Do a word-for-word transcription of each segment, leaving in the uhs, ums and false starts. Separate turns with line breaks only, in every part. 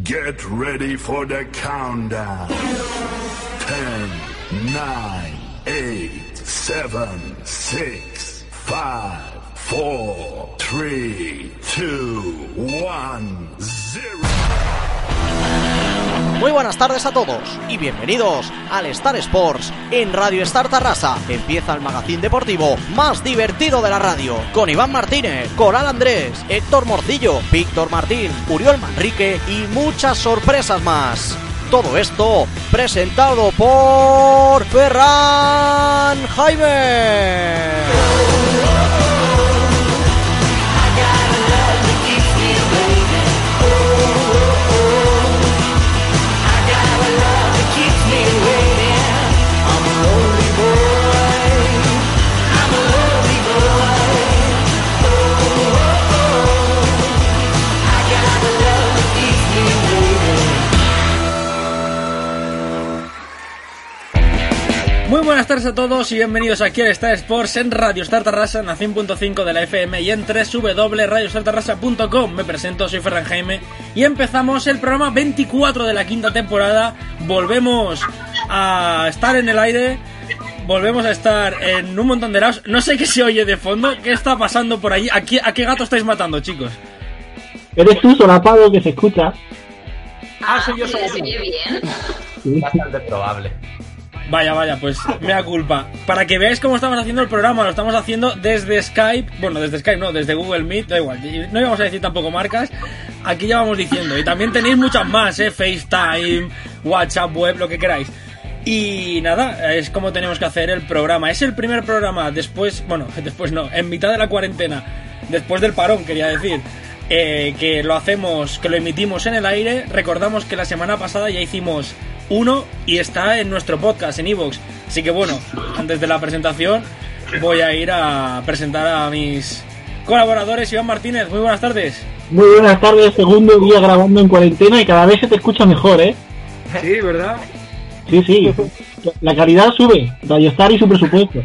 Get ready for the countdown. ten, nine, eight, seven, six, five, four, three, two, one, zero.
Muy buenas tardes a todos y bienvenidos al Star Sports en Radio Star Tarrasa. Empieza el magazín deportivo más divertido de la radio, con Iván Martínez, Coral Andrés, Héctor Morcillo, Víctor Martín, Uriol Manrique y muchas sorpresas más. Todo esto presentado por Ferran Jaime.
Muy buenas tardes a todos y bienvenidos aquí al Star Sports en Radio Star Tarrasa, en la cien punto cinco de la F M y en doble u doble u doble u punto radio star tarrasa punto com. Me presento, soy Ferran Jaime y empezamos el programa veinticuatro de la quinta temporada. Volvemos a estar en el aire, volvemos a estar en un montón de lados. No sé qué se oye de fondo, qué está pasando por allí. ¿A qué, a qué gato estáis matando, chicos?
Eres tú, solapado, que se escucha.
Ah, soy yo, soy
¿Se oye bien?
Sí.
Bastante probable.
Vaya, vaya, pues mea culpa. Para que veáis cómo estamos haciendo el programa, lo estamos haciendo desde Skype. Bueno, desde Skype no, desde Google Meet, da igual. No íbamos a decir tampoco marcas. Aquí ya vamos diciendo. Y también tenéis muchas más, eh, FaceTime, WhatsApp, web, lo que queráis. Y nada, es como tenemos que hacer el programa. Es el primer programa después, bueno, después no, en mitad de la cuarentena, después del parón, quería decir. Eh, que lo hacemos, que lo emitimos en el aire. Recordamos que la semana pasada ya hicimos uno y está en nuestro podcast, en iVoox. Así que bueno, antes de la presentación voy a ir a presentar a mis colaboradores. Iván Martínez, muy buenas tardes.
Muy buenas tardes, segundo día grabando en cuarentena y cada vez se te escucha mejor, ¿eh?
Sí, ¿verdad?
Sí, sí, la calidad sube, Radio Star y su presupuesto.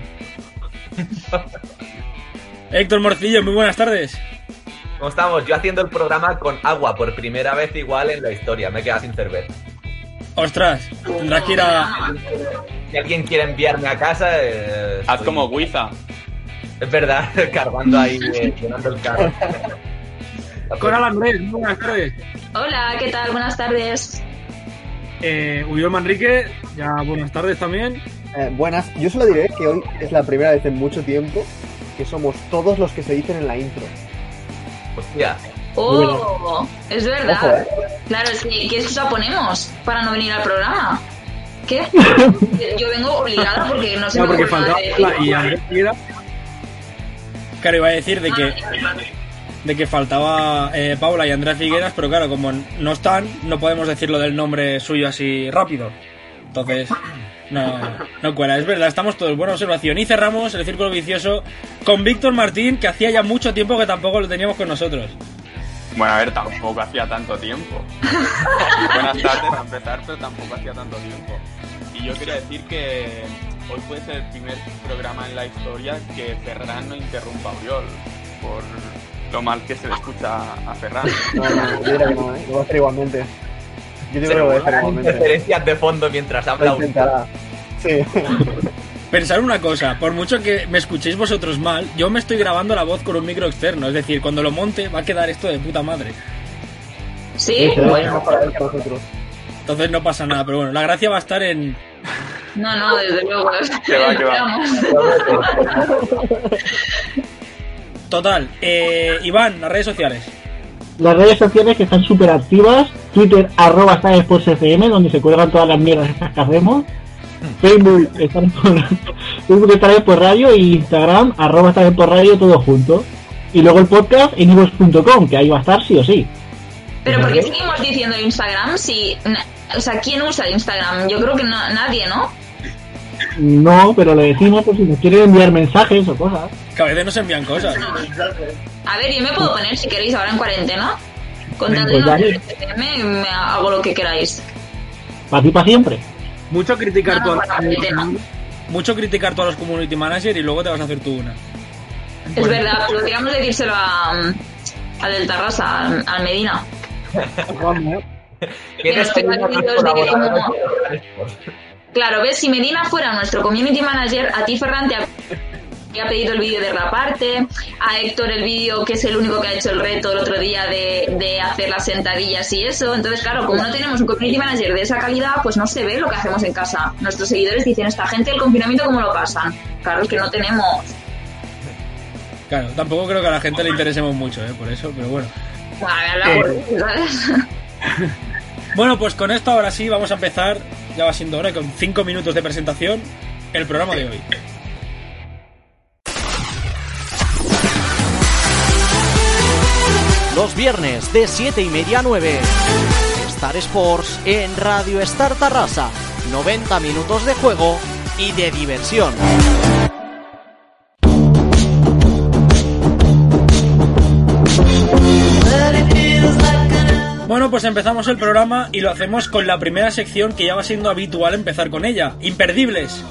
Héctor Morcillo, muy buenas tardes.
¿Cómo estamos? Yo haciendo el programa con agua por primera vez igual en la historia. Me he quedado sin cerveza.
Ostras, tendrás que ir a...
Si alguien quiere enviarme a casa... Eh,
Haz
estoy-
como Wiza.
Es verdad, cargando ahí, eh, llenando el carro.
Coral Andrés, muy buenas tardes.
Hola, ¿qué tal? Buenas tardes.
Eh, Uriol Manrique, ya buenas tardes también.
Eh, buenas, yo solo diré que hoy es la primera vez en mucho tiempo que somos todos los que se dicen en la intro.
Hostia.
Oh, es verdad.
Ojo, ¿eh?
Claro, es que ¿qué excusa ponemos para no venir al programa? ¿Qué? Yo vengo obligada porque no se
No,
me
porque
ocurre nada
faltaba
de decir.
Paula y Andrés Figuera. Claro, iba a decir de que de que faltaba eh, Paula y Andrés Figueras, pero claro, como no están, no podemos decirlo del nombre suyo así rápido. Entonces, no, no cuela. Es verdad, estamos todos. Buena observación. Y cerramos el círculo vicioso con Víctor Martín, que hacía ya mucho tiempo que tampoco lo teníamos con nosotros.
Bueno, a ver, tampoco hacía tanto tiempo. Buenas tardes a empezar, pero tampoco hacía tanto tiempo. Y yo quería decir que hoy puede ser el primer programa en la historia que Ferran no interrumpa a Uriol por lo mal que se le escucha a Ferran.
No, no, yo diría que no, ¿eh? Lo voy a hacer igualmente. Yo digo que lo voy a hacer igualmente.
Interferencias de fondo mientras
Lo
habla uno.
intentará. Sí.
Pensar una cosa, por mucho que me escuchéis vosotros mal, yo me estoy grabando la voz con un micro externo. Es decir, cuando lo monte va a quedar esto de puta madre.
Sí,
Sí, será
bueno.
mejor para él que nosotros.
Entonces no pasa nada, pero bueno, la gracia va a estar en...
No, no, desde luego.
Que va, que va.
Total, eh, Iván, las redes sociales.
Las redes sociales que están súper activas, Twitter, arroba Star Sports F M, donde se cuelgan todas las mierdas estas que hacemos. Facebook, Star Sports, Facebook Star Sports Radio y Instagram, arroba Star Sports Radio, todo junto. Y luego el podcast en iVoox punto com, que ahí va a estar sí o sí.
Pero ¿por qué seguimos diciendo Instagram si... O sea, ¿quién usa Instagram? Yo creo que no, nadie, ¿no?
No, pero lo decimos por si nos quieren enviar mensajes o cosas.
Que a veces nos envían cosas.
A ver, yo me puedo poner si queréis ahora en cuarentena. Con tal de
Pues
no
dale.
me, me hago lo que queráis.
Para ti, para siempre.
Mucho criticar
No,
tú a
no, para mí no.
mucho criticar tú a los community managers y luego te vas a hacer tú una.
Es verdad, podríamos decírselo a, a del Tarrasa, al, al Medina.
¿Quiénes
Que nos
serían
pida
los
vídeos de que
colaboradores
como-
de Star Sports?
Claro, ves, si Medina fuera nuestro community manager, a ti, Ferran, te habría pedido el vídeo de raparte, a Héctor el vídeo, que es el único que ha hecho el reto el otro día de, de hacer las sentadillas y eso. Entonces, claro, como no tenemos un community manager de esa calidad, pues no se ve lo que hacemos en casa. Nuestros seguidores dicen, esta gente el confinamiento, ¿cómo lo pasan? Claro, es que no tenemos...
Claro, tampoco creo que a la gente le interesemos mucho, ¿eh? Por eso, pero bueno.
Bueno, habla por mí, ¿sabes?
Bueno, pues con esto ahora sí vamos a empezar, ya va siendo hora, con cinco minutos de presentación, el programa de hoy.
Los viernes de siete y media a nueve. Star Sports en Radio Star Tarrasa. noventa minutos de juego y de diversión.
Bueno, pues empezamos el programa y lo hacemos con la primera sección que ya va siendo habitual empezar con ella. Imperdibles.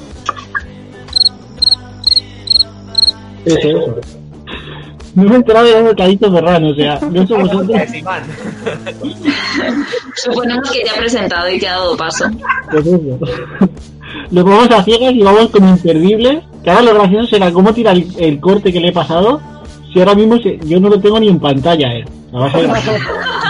Eso, eso. No me he enterado de los bocaditos Ferran, o sea, no sé vosotros.
Es Iván.
Suponemos que te ha presentado y te ha dado paso.
Pues eso. Lo vamos a ciegas y vamos con imperdibles. Que ahora lo gracioso será cómo tira el, el corte que le he pasado. Si ahora mismo se, yo no lo tengo ni en pantalla, eh. La va a ser gracioso.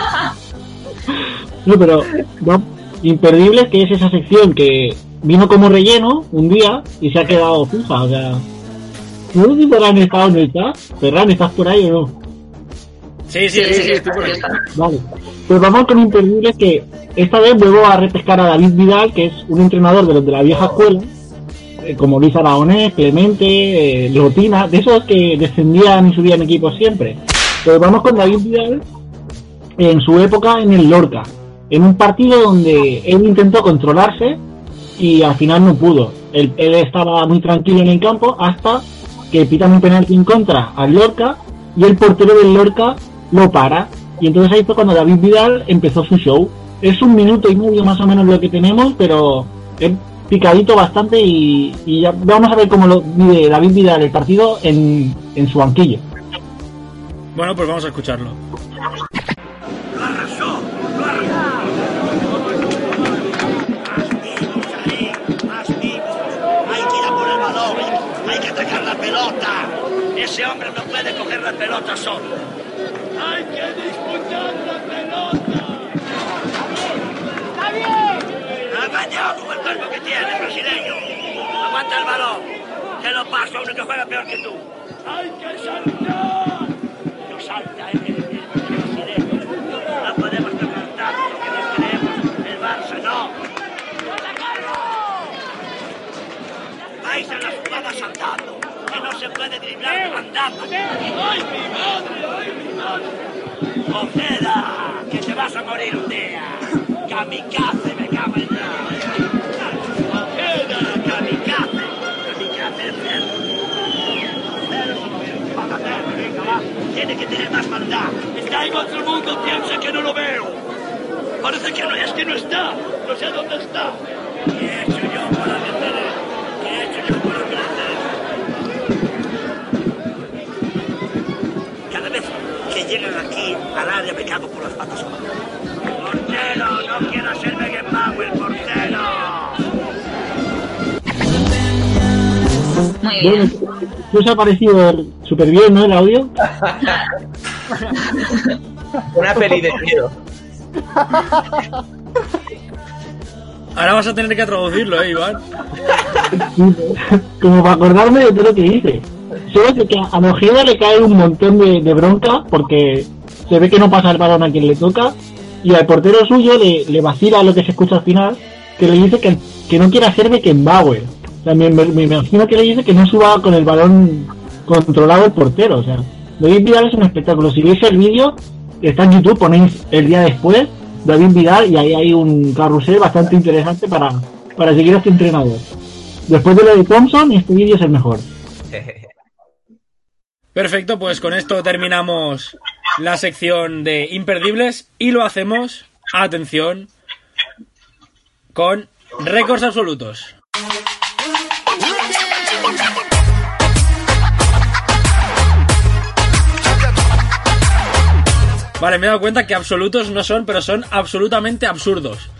No, pero no, imperdibles, que es esa sección que vino como relleno un día y se ha quedado fija, o sea. No sé si Ferran está o no está. Ferran, ¿estás por ahí o no?
Sí, sí, sí, sí, estoy por ahí.
Vale, pues vamos con imperdibles, que esta vez vuelvo a repescar a David Vidal, que es un entrenador de los de la vieja escuela, eh, como Luis Aragonés, Clemente, eh, Lotina, de esos que descendían y subían equipos siempre. Pues vamos con David Vidal en su época en el Lorca, en un partido donde él intentó controlarse y al final no pudo. Él, él estaba muy tranquilo en el campo hasta que pitan un penalti en contra al Lorca y el portero del Lorca lo para, y entonces ahí fue cuando David Vidal empezó su show. Es un minuto y medio más o menos lo que tenemos, pero es picadito bastante y, y ya vamos a ver cómo lo vive David Vidal el partido en, en su banquillo.
Bueno, pues vamos a escucharlo.
Lo arrasó, lo arrasó. Más vivos ahí, más vivos. Hay que ir a por el balón, hay que atacar la pelota. Ese hombre no puede coger la pelota solo. Hay que disputar la pelota. ¡Está bien! No ha engañado con el cuerpo que tiene, brasileño. Aguanta el balón. Que lo paso a uno que juega peor que tú. ¡Hay que saltar! No salta el, el, el brasileño. No podemos tocar tanto que nos creemos el Barça, no. Vais a las jugadas andando. Que no se puede driblar andando. ¡Ay, mi madre! ¡Ay, mi madre! ¡Ojeda! ¡Que te vas a morir un día! ¡Kamikaze, me cago en nada! ¡Ojeda! ¡Kamikaze! ¡Kamikaze, cerdo! ¡Cerdo! ¡Patatero, venga, va! Tiene que tener más maldad. Está en otro mundo, piensa que no lo veo. Parece que no, es que no está. No sé dónde está. ¿Qué he hecho yo para detener? ¿Qué he hecho yo para detener? Cada vez que llegan aquí al área me cago por las patas. ¡Portero! ¡No quiero ser Beckenbauer, portero!
Muy bien.
Bueno, ¿qué os ha parecido súper bien, no, el audio?
Una peli de miedo.
Ahora vas a tener que traducirlo, ¿eh, Iván?
Como para acordarme de todo lo que dice. Solo que a Mojeda le cae un montón de, de bronca porque se ve que no pasa el balón a quien le toca, y al portero suyo le, le vacila lo que se escucha al final, que le dice que, que no quiere hacer Beckenbauer. O sea, me, me, me imagino que le dice que no suba con el balón controlado el portero. O sea, David Vidal es un espectáculo. Si veis el vídeo, está en YouTube, ponéis el día después David Vidal y ahí hay un carrusel bastante interesante para, para seguir a este entrenador. Después de lo de Thompson, este vídeo es el mejor.
Perfecto, pues con esto terminamos la sección de imperdibles y lo hacemos, atención, con récords absolutos. Vale, me he dado cuenta que absolutos no son, pero son absolutamente absurdos.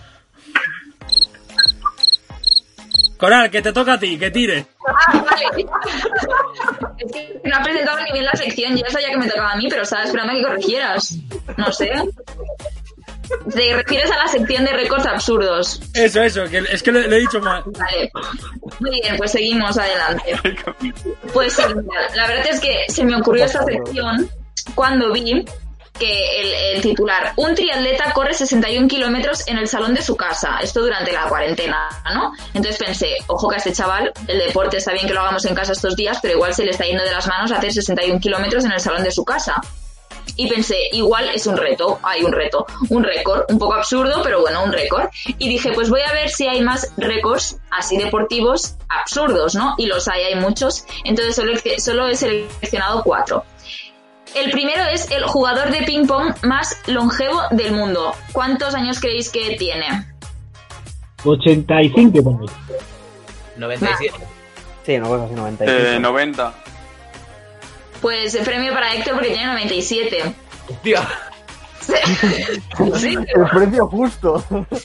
Coral, que te toca a ti, que tire.
Ah, vale. Es que no ha presentado ni bien la sección, ya sabía que me tocaba a mí, pero estaba esperando a que corrigieras. No sé. ¿Te refieres a la sección de récords absurdos?
Eso, eso, que es que lo, lo he dicho mal.
Vale. Muy bien, pues seguimos adelante. Pues sí, la verdad es que se me ocurrió esta sección cuando vi que el, el titular, un triatleta corre sesenta y un kilómetros en el salón de su casa, esto durante la cuarentena, ¿no? Entonces pensé, ojo que a este chaval, el deporte está bien que lo hagamos en casa estos días, pero igual se le está yendo de las manos hacer sesenta y un kilómetros en el salón de su casa. Y pensé, igual es un reto, hay un reto, un récord, un poco absurdo, pero bueno, un récord. Y dije, pues voy a ver si hay más récords así deportivos absurdos, ¿no? Y los hay, hay muchos, entonces solo, solo he seleccionado cuatro. El primero es el jugador de ping pong más longevo del mundo. ¿Cuántos años creéis que tiene?
ochenta y cinco por ahí.
noventa y siete.
Sí, no, casi noventa y cinco.
Eh, noventa.
Pues el premio para Héctor porque tiene noventa y siete.
Hostia.
Sí.
El precio justo.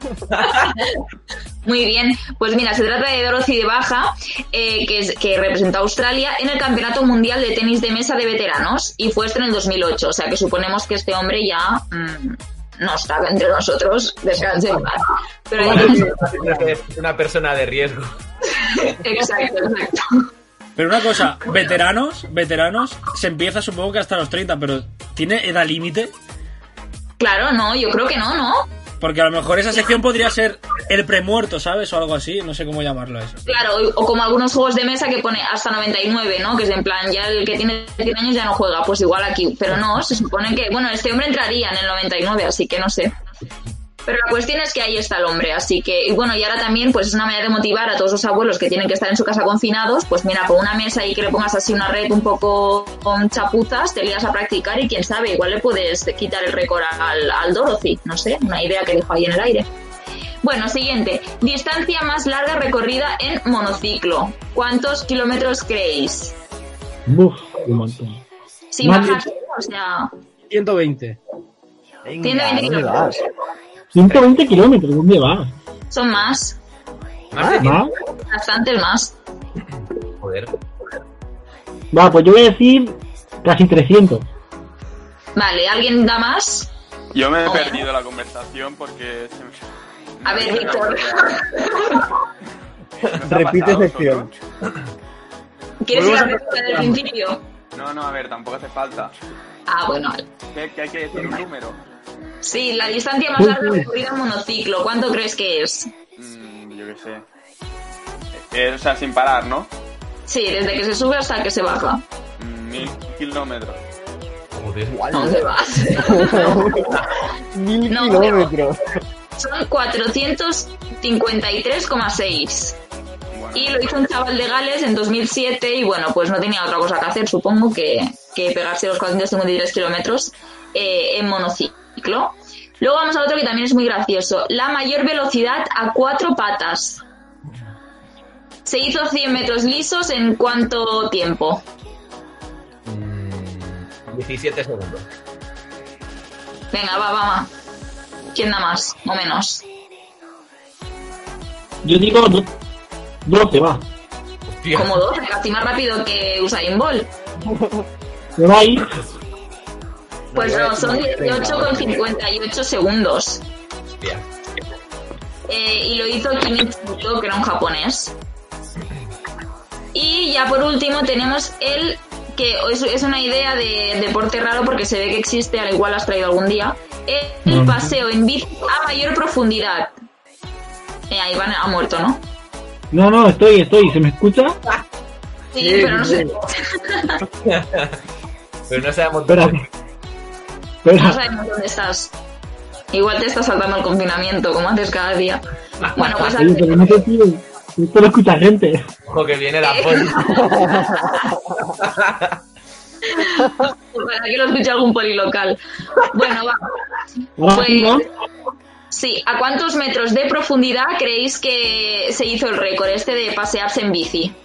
Muy bien, pues mira, se trata de Dorothy de Baja, eh, que, es, que representó a Australia en el Campeonato Mundial de Tenis de Mesa de Veteranos y fue esto en el dos mil ocho, o sea que suponemos que este hombre ya mmm, no está entre nosotros, descanse en paz. Pero
es una persona de riesgo.
Exacto, exacto.
Pero una cosa, veteranos, veteranos, se empieza supongo que hasta los treinta, pero ¿tiene edad límite?
Claro, no, yo creo que no, ¿no?
Porque a lo mejor esa sección podría ser el premuerto, ¿sabes? O algo así, no sé cómo llamarlo eso.
Claro, o como algunos juegos de mesa que pone hasta noventa y nueve, ¿no? Que es en plan, ya el que tiene cien años ya no juega, pues igual aquí. Pero no, se supone que, bueno, este hombre entraría en el noventa y nueve, así que no sé. Pero la cuestión es que ahí está el hombre, así que, y bueno, y ahora también, pues es una manera de motivar a todos los abuelos que tienen que estar en su casa confinados, pues mira, pon una mesa y que le pongas así una red un poco con chapuzas, te lías a practicar y quién sabe, igual le puedes quitar el récord al, al Dorothy, no sé, una idea que dejo ahí en el aire. Bueno, siguiente, distancia más larga recorrida en monociclo. ¿Cuántos kilómetros creéis?
Uf, un montón.
Sin bajar, o sea...
ciento veinte.
ciento veinte kilómetros.
ciento veinte kilómetros, ¿dónde vas?
Son más.
¿Más de
¿Más?
Bastantes más.
Joder.
Va, pues yo voy a decir casi trescientos.
Vale, ¿alguien da más?
Yo me he
Oh.
perdido la conversación porque... Se me...
A ver, Víctor.
Repite sección.
¿Quieres ir a
Volvemos
la del principio?
No, no, a ver, tampoco hace falta.
Ah, bueno.
¿Qué, qué hay que decir? ¿Un número?
Sí, la distancia más larga recorrida en monociclo. ¿Cuánto crees que es?
Mm, yo qué sé. Eh, o sea, sin parar, ¿no?
Sí, desde que se sube hasta que se baja.
Mm, mil kilómetros.
Joder.
¿Dónde vas?
Mil
No,
kilómetros.
Son cuatrocientos cincuenta y tres coma seis. Y lo hizo un chaval de Gales en dos mil siete y bueno, pues no tenía otra cosa que hacer, supongo, que, que pegarse los cuatrocientos cincuenta y tres kilómetros eh, en monociclo. Luego vamos a otro que también es muy gracioso. La mayor velocidad a cuatro patas. Se hizo cien metros lisos en ¿cuánto tiempo?
Mm, diecisiete segundos.
Venga, va, va, va. ¿Quién da más o menos?
Yo digo do- doce, va.
Hostia.
Como doce, casi más rápido que Usain Bolt.
Se va ahí.
Pues no, son dieciocho coma cincuenta y ocho segundos.
Hostia.
Eh, y lo hizo Kinichi Muto, que era un japonés. Y ya por último tenemos el que es, es una idea de deporte raro porque se ve que existe, al igual lo has traído algún día. El paseo en bici a mayor profundidad. Eh, ahí van, ha muerto, ¿no?
No, no, estoy, estoy. ¿Se me escucha?
Sí,
Sí,
pero no
sí.
sé.
Pero no sabemos
Espera.
dónde.
No
Espera.
sabemos dónde estás. Igual te estás saltando el confinamiento, como haces cada día. Bueno, pues
Oye, pero no sé, tío. Esto lo escucha gente.
Ojo que viene la poli.
para que lo escuche algún polilocal. Bueno, va.
Ahora sí, ¿no?
Pues, sí, ¿a cuántos metros de profundidad creéis que se hizo el récord este de pasearse en bici?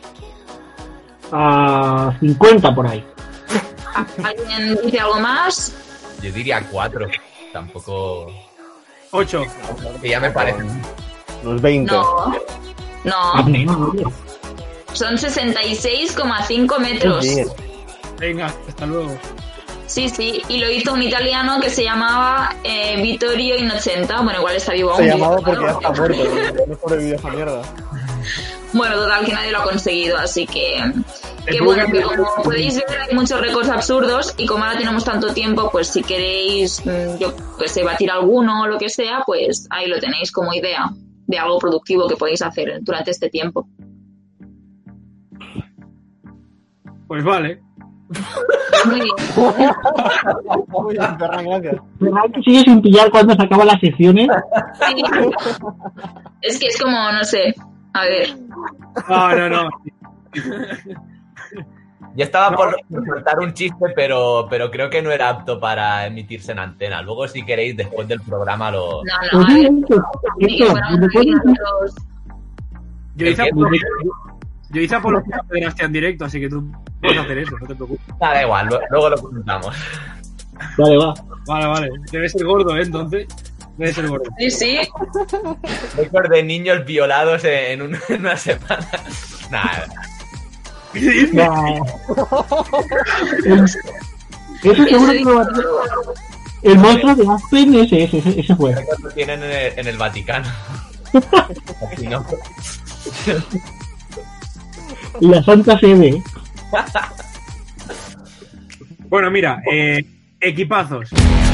A cincuenta por ahí.
¿Alguien dice algo más?
Yo diría cuatro. Tampoco...
ocho.
Que ya me parece.
Los veinte.
No, no. Son sesenta y seis coma cinco metros.
Venga, hasta luego.
Sí, sí, y lo hizo un italiano que se llamaba eh, Vittorio Innocenta. Bueno, igual está vivo aún.
Se llamaba porque ya está muerto, no, no sobrevivió a esa mierda.
Bueno, total, que nadie lo ha conseguido, así que... Que bueno, que como podéis ver, hay muchos récords absurdos y como ahora tenemos tanto tiempo, pues si queréis, yo que sé, batir alguno o lo que sea, pues ahí lo tenéis como idea de algo productivo que podéis hacer durante este tiempo.
Pues vale.
Muy bien.
Muy bien, Ferran,
¿Verdad que sigue sin pillar cuando se acaban las secciones?
Sí. Es que es como, no sé, a ver.
No, no, no.
Yo estaba por soltar un chiste, pero, pero creo que no era apto para emitirse en antena. Luego, si queréis, después del programa lo...
No, no, a ver. Ni que fuéramos aquí nosotros.
Yo hice, apología, yo hice apología de pederastia en directo, así que tú puedes hacer eso, no te preocupes.
Ah, da igual, luego lo comentamos.
Vale, va.
Vale, vale. Debe ser gordo, ¿eh? Entonces, debe ser gordo.
Sí, sí.
Récord de niños violados en, un, en una semana. Nada.
¿Qué dices?
Nah. Eso seguro que lo va a hacer. El monstruo de Aspen, ese, ese, ese, ese fue.
Lo tienen en el, en el Vaticano. Aquí no.
La Santa Sede.
Bueno, mira, eh, equipazos.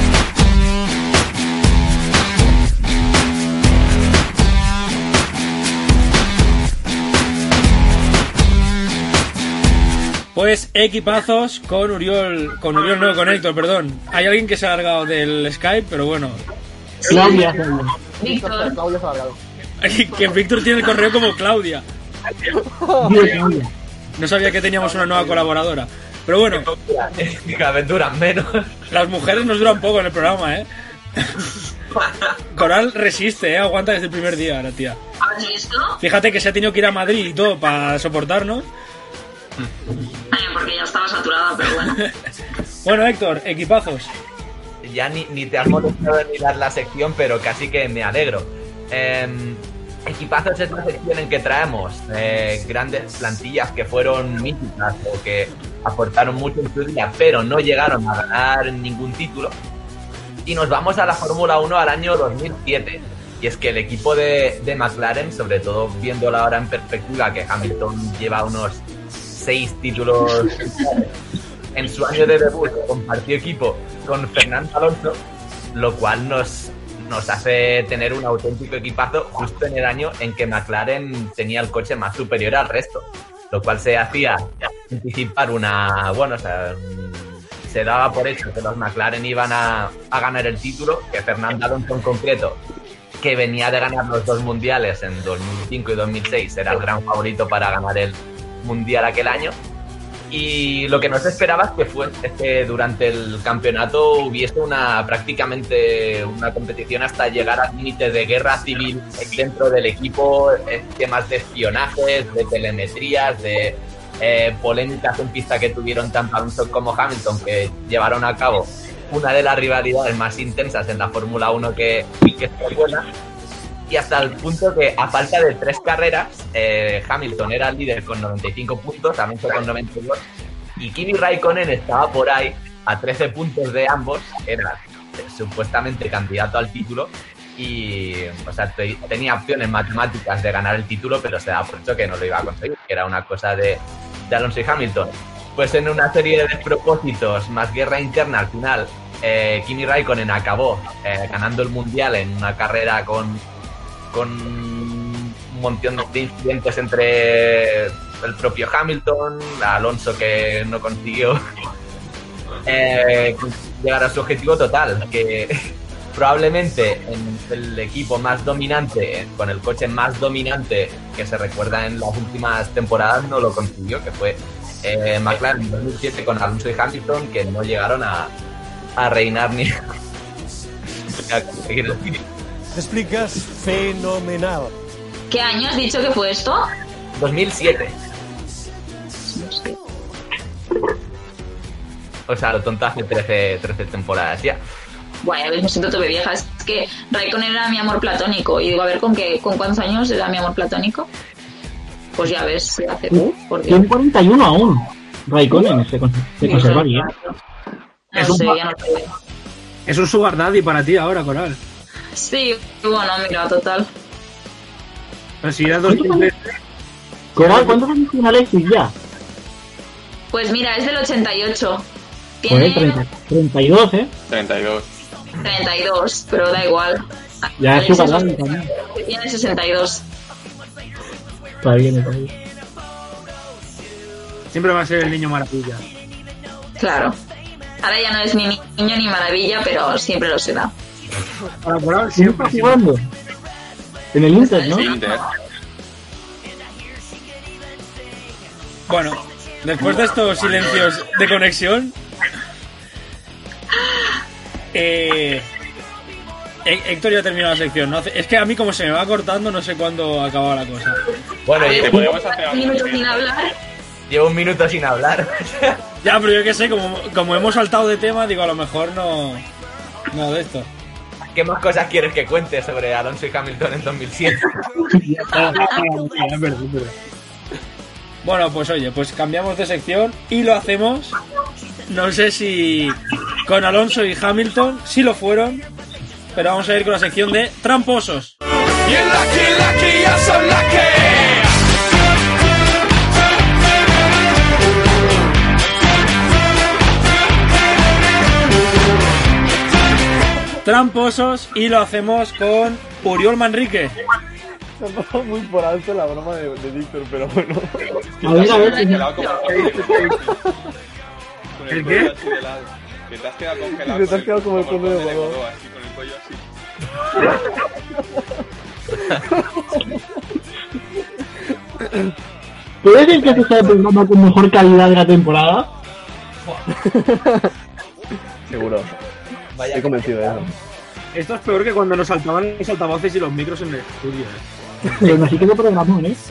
Pues equipazos con Uriol, con Uriol no, con Héctor, perdón. Hay alguien que se ha largado del Skype, pero bueno.
Claudia.
Víctor.
Claudia se ha alargado.
Que Víctor tiene el correo como Claudia.
Claudia.
No sabía que teníamos una nueva colaboradora. Pero bueno,
Cada vez duran menos.
las mujeres nos duran poco en el programa, ¿eh? Coral resiste, ¿eh? Aguanta desde el primer día, la tía.
¿Has visto?
Fíjate que se ha tenido que ir a Madrid y todo para soportarnos.
Ay, porque ya estaba saturada, pero bueno.
Bueno, Héctor, equipazos.
Ya ni, ni te has molestado en mirar la sección, pero casi que me alegro. Eh, equipazos es la sección en que traemos eh, grandes plantillas que fueron míticas o que aportaron mucho en su día, pero no llegaron a ganar ningún título. Y nos vamos a la Fórmula uno al año dos mil siete. Y es que el equipo de, de McLaren, sobre todo viéndolo ahora en perspectiva, que Hamilton lleva unos seis títulos en su año de debut, compartió equipo con Fernando Alonso, lo cual nos, nos hace tener un auténtico equipazo justo en el año en que McLaren tenía el coche más superior al resto, lo cual se hacía anticipar una... bueno, o sea, se daba por hecho que los McLaren iban a, a ganar el título, que Fernando Alonso en concreto, que venía de ganar los dos mundiales en dos mil cinco y dos mil seis, era el gran favorito para ganar el mundial aquel año. Y lo que no se esperaba es que, fue, es que durante el campeonato hubiese una prácticamente una competición hasta llegar al límite de guerra civil dentro del equipo, temas de espionajes, de telemetrías, de eh, polémicas en pista que tuvieron tanto Alonso como Hamilton, que llevaron a cabo una de las rivalidades más intensas en la Fórmula uno que, que se recuerda. Y hasta el punto que, a falta de tres carreras, eh, Hamilton era el líder con noventa y cinco puntos, Alonso con noventa y dos, y Kimi Raikkonen estaba por ahí a trece puntos de ambos, era eh, supuestamente candidato al título, y o sea, te, tenía opciones matemáticas de ganar el título, pero se daba por hecho que no lo iba a conseguir, que era una cosa de, de Alonso y Hamilton. Pues en una serie de despropósitos más guerra interna, al final, eh, Kimi Raikkonen acabó eh, ganando el mundial en una carrera con... con un montón de incidentes entre el propio Hamilton, Alonso que no consiguió eh, llegar a su objetivo total, que probablemente en el equipo más dominante, con el coche más dominante que se recuerda en las últimas temporadas, no lo consiguió, que fue eh, McLaren en dos mil siete con Alonso y Hamilton, que no llegaron a, a reinar ni a conseguir el título.
Te explicas fenomenal.
¿Qué año has dicho que fue esto?
dos mil siete. O sea, lo tonto hace trece, trece temporadas ya.
Bueno, me siento tope vieja. Es que Raikkonen era mi amor platónico. Y digo, a ver, ¿con qué, con cuántos años era mi amor platónico? Pues ya ves, se hace tú.
Tiene cuarenta y uno aún. Raikkonen se, se conserva bien.
No sé, ya no sé.
Es un sugar daddy para ti ahora, Coral.
Sí, bueno, mira, total.
Pero si era dos mil trece.
Coral, ¿cuántos años tiene Alexis ya?
Pues mira, es del ochenta y ocho.
Tiene treinta, treinta y dos, ¿eh?
treinta y dos.
treinta y dos, pero da igual.
Ya es sugar daddy también.
Tiene sesenta y dos.
Está bien, está bien.
Siempre va a ser el niño maravilla.
Claro. Ahora ya no es ni niño ni maravilla, pero siempre lo será.
Para Coral
Siempre
siempre.
jugando. En el Inter, ¿no?
Sí, Inter.
Bueno, después de estos silencios de conexión, eh, Héctor ya terminó la sección, ¿no? Es que a mí como se me va cortando no sé cuándo acaba la cosa.
Bueno,
Te
llevo,
podemos hacer
Un minuto
algo.
sin hablar.
llevo un minuto sin hablar.
Ya, pero yo qué sé, como, como hemos saltado de tema, digo, a lo mejor no... No, de esto.
¿Qué más cosas quieres que cuente sobre Alonso y Hamilton en dos mil siete?
Bueno, pues oye, pues cambiamos de sección y lo hacemos, no sé si con Alonso y Hamilton, sí lo fueron, pero vamos a ir con la sección de tramposos. Tramposos y lo hacemos con Uriol Manrique.
Se ha pasado muy por alto la broma de, de Víctor, pero bueno.
A ver, a ver.
Congelado como el Con
¿El
el
qué?
cuello así de lado. Que te has quedado congelado.
Que te has quedado como el conde de
conde
Godó.
Godó, así, con el cuello así.
¿Puede ser que este sea el programa con mejor calidad de la temporada?
Seguro.
Vaya
Estoy convencido de eso.
Esto es peor que cuando nos saltaban los altavoces y los micros en el estudio. ¿eh?
Pero no sé qué programón, ¿eh?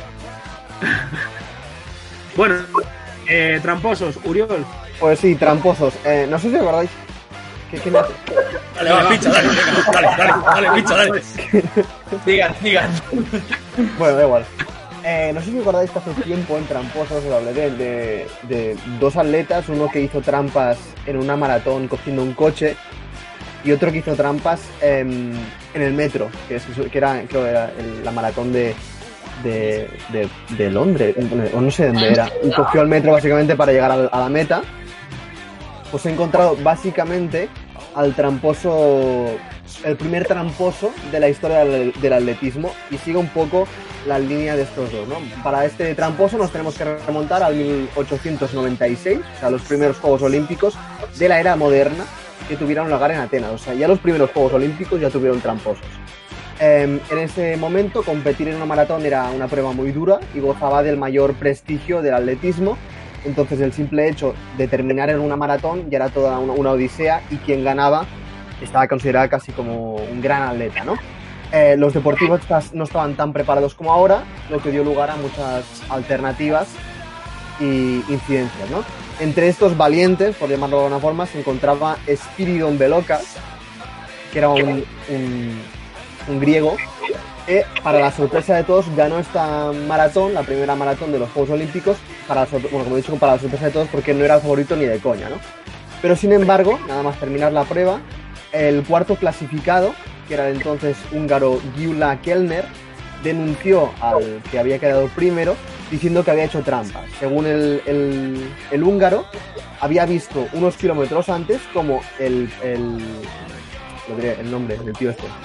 Bueno, eh, tramposos, Uriol.
Pues sí, tramposos. Eh, no sé si os acordáis. ¿Qué, qué me hace?
Dale, va, picha, dale, venga, dale, dale, dale, picha, dale.
Digan, digan.
Bueno, da igual. Eh, no sé si os acordáis que hace tiempo en Tramposos os hablé de, de, de dos atletas, uno que hizo trampas en una maratón cogiendo un coche y otro que hizo trampas eh, en el metro, que, es, que era, creo que era el- la maratón de, de, de, de Londres, o no sé dónde era, y cogió el metro básicamente para llegar al- a la meta. Pues he encontrado básicamente al tramposo, el primer tramposo de la historia del, del atletismo, y sigue un poco la línea de estos dos, ¿no? Para este tramposo nos tenemos que remontar al mil ochocientos noventa y seis, o sea, los primeros Juegos Olímpicos de la era moderna que tuvieron lugar en Atenas. O sea, ya los primeros Juegos Olímpicos ya tuvieron tramposos. Eh, en ese momento competir en una maratón era una prueba muy dura y gozaba del mayor prestigio del atletismo. Entonces el simple hecho de terminar en una maratón ya era toda una, una odisea, y quien ganaba estaba considerada casi como un gran atleta, ¿no? Eh, los deportivos no estaban tan preparados como ahora, lo que dio lugar a muchas alternativas y incidencias, ¿no? Entre estos valientes, por llamarlo de alguna forma, se encontraba Spiridon Belokas, que era un, un, un griego, que para la sorpresa de todos ganó esta maratón, la primera maratón de los Juegos Olímpicos, para la, bueno, como he dicho, para la sorpresa de todos, porque no era el favorito ni de coña, ¿no? Pero sin embargo, nada más terminar la prueba, el cuarto clasificado, que era el entonces húngaro Gyula Kellner, denunció al que había quedado primero diciendo que había hecho trampas. Según el, el, el húngaro, había visto unos kilómetros antes como el, el, lo diré, el nombre del tío este.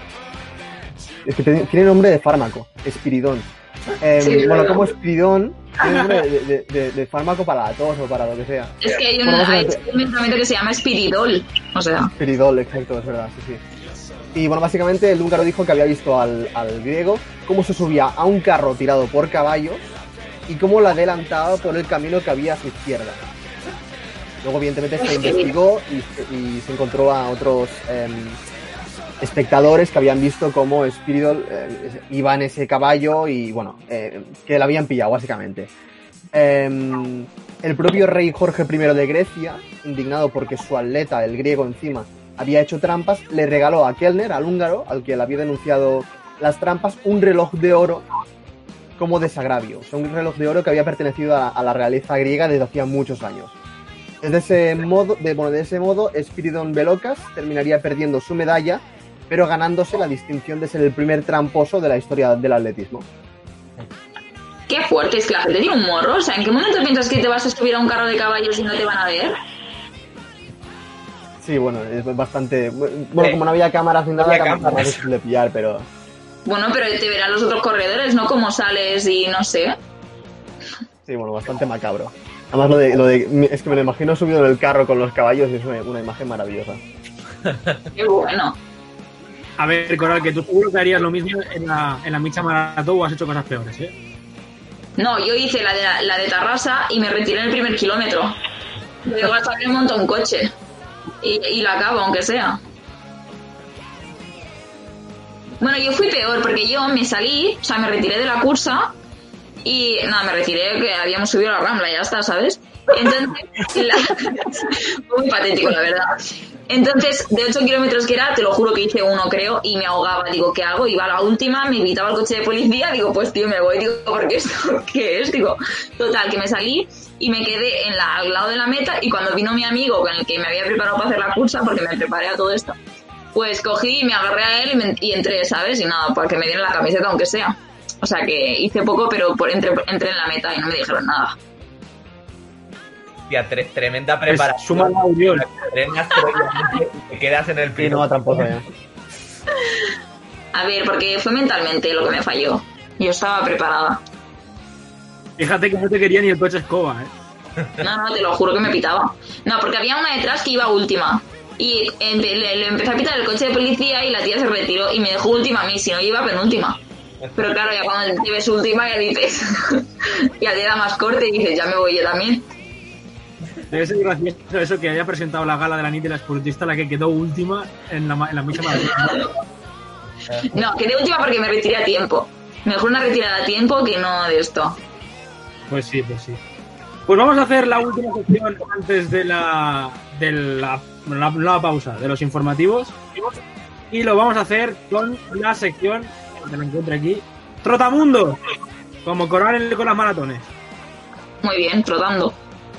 Es que tiene nombre de fármaco, Spiridon. Eh,
Sí,
bueno,
claro.
como Spiridon tiene nombre de, de, de, de fármaco para la tos o para lo que sea.
Es que hay un,
Bueno,
hay
básicamente-
un medicamento que se llama Spiridol. O sea,
Spiridol, exacto, es verdad, sí, sí. Y bueno, básicamente el húngaro dijo que había visto al, al griego cómo se subía a un carro tirado por caballos y cómo lo adelantaba por el camino que había a su izquierda. Luego, evidentemente, se investigó y, y se encontró a otros eh, espectadores que habían visto cómo Spiridol eh, iba en ese caballo y, bueno, eh, que la habían pillado, básicamente. Eh, El propio rey Jorge primero de Grecia, indignado porque su atleta, el griego encima, había hecho trampas, le regaló a Kellner, al húngaro, al que le había denunciado las trampas, un reloj de oro como desagravio. O sea, un reloj de oro que había pertenecido a, a la realeza griega desde hacía muchos años. De ese modo, de, bueno, de ese modo, Spiridon Belokas terminaría perdiendo su medalla, pero ganándose la distinción de ser el primer tramposo de la historia del atletismo.
Qué fuerte, es que la gente tiene un morro. O sea, ¿en qué momento piensas que te vas a subir a un carro de caballos y no te van a ver?
Sí, bueno, es bastante... Bueno, como no había cámaras ni nada, era más difícil de pillar, pero...
Bueno, pero te verán los otros corredores, ¿no? Como sales y no sé.
Sí, bueno, bastante macabro. Además, lo de, lo de... Es que me lo imagino subido en el carro con los caballos y es una, una imagen maravillosa.
Qué bueno.
A ver, Coral, que tú seguro que harías lo mismo en la, en la Micha Maratón o has hecho cosas peores, ¿eh?
No, yo hice la de, la, la de Tarrasa y me retiré en el primer kilómetro. Luego hasta que monto un coche. Y, y la acabo, aunque sea. Bueno, yo fui peor porque yo me salí, o sea, me retiré de la cursa y nada, me retiré que habíamos subido la Rambla y ya está, ¿sabes? Entonces, la... fue muy patético, la verdad. Entonces, de ocho kilómetros que era, te lo juro que hice uno, creo, y me ahogaba. Digo, ¿qué hago? Iba a la última, me invitaba al coche de policía, digo, pues tío, me voy. Digo, ¿por qué esto? ¿Qué es? Digo, total, que me salí y me quedé en la, al lado de la meta y cuando vino mi amigo con el que me había preparado para hacer la cursa, porque me preparé a todo esto, pues cogí y me agarré a él y, me, y entré, ¿sabes? Y nada, para que me dieran la camiseta, aunque sea. O sea, que hice poco, pero por entré, entré en la meta y no me dijeron nada.
Tía, tre- tremenda preparación.
Suma la unión.
Trenas previamente y te quedas en el
Sí, no, tramposo ya.
A ver, porque fue mentalmente lo que me falló. Yo estaba preparada.
Fíjate que no te quería ni el coche escoba, ¿eh?
No, no, te lo juro que me pitaba. No, porque había una detrás que iba última. Y empe- le, le empecé a pitar el coche de policía y la tía se retiró y me dejó última a mí, si no yo iba penúltima. Pero claro, ya cuando te ves última ya dices... ya te da más corte y dices, ya me voy yo también.
Debe ser gracioso eso que haya presentado la gala de la N I T de la esportista, la que quedó última en la, en la Micha Maratón.
No, quedé última porque me retiré a tiempo. Mejor una retirada a tiempo que no de esto.
Pues sí, pues sí. Pues vamos a hacer la última sección antes de la de la, la, la pausa de los informativos. Y lo vamos a hacer con la sección, que lo encuentro aquí, Trotamundo, como Coral con las maratones.
Muy bien, trotando.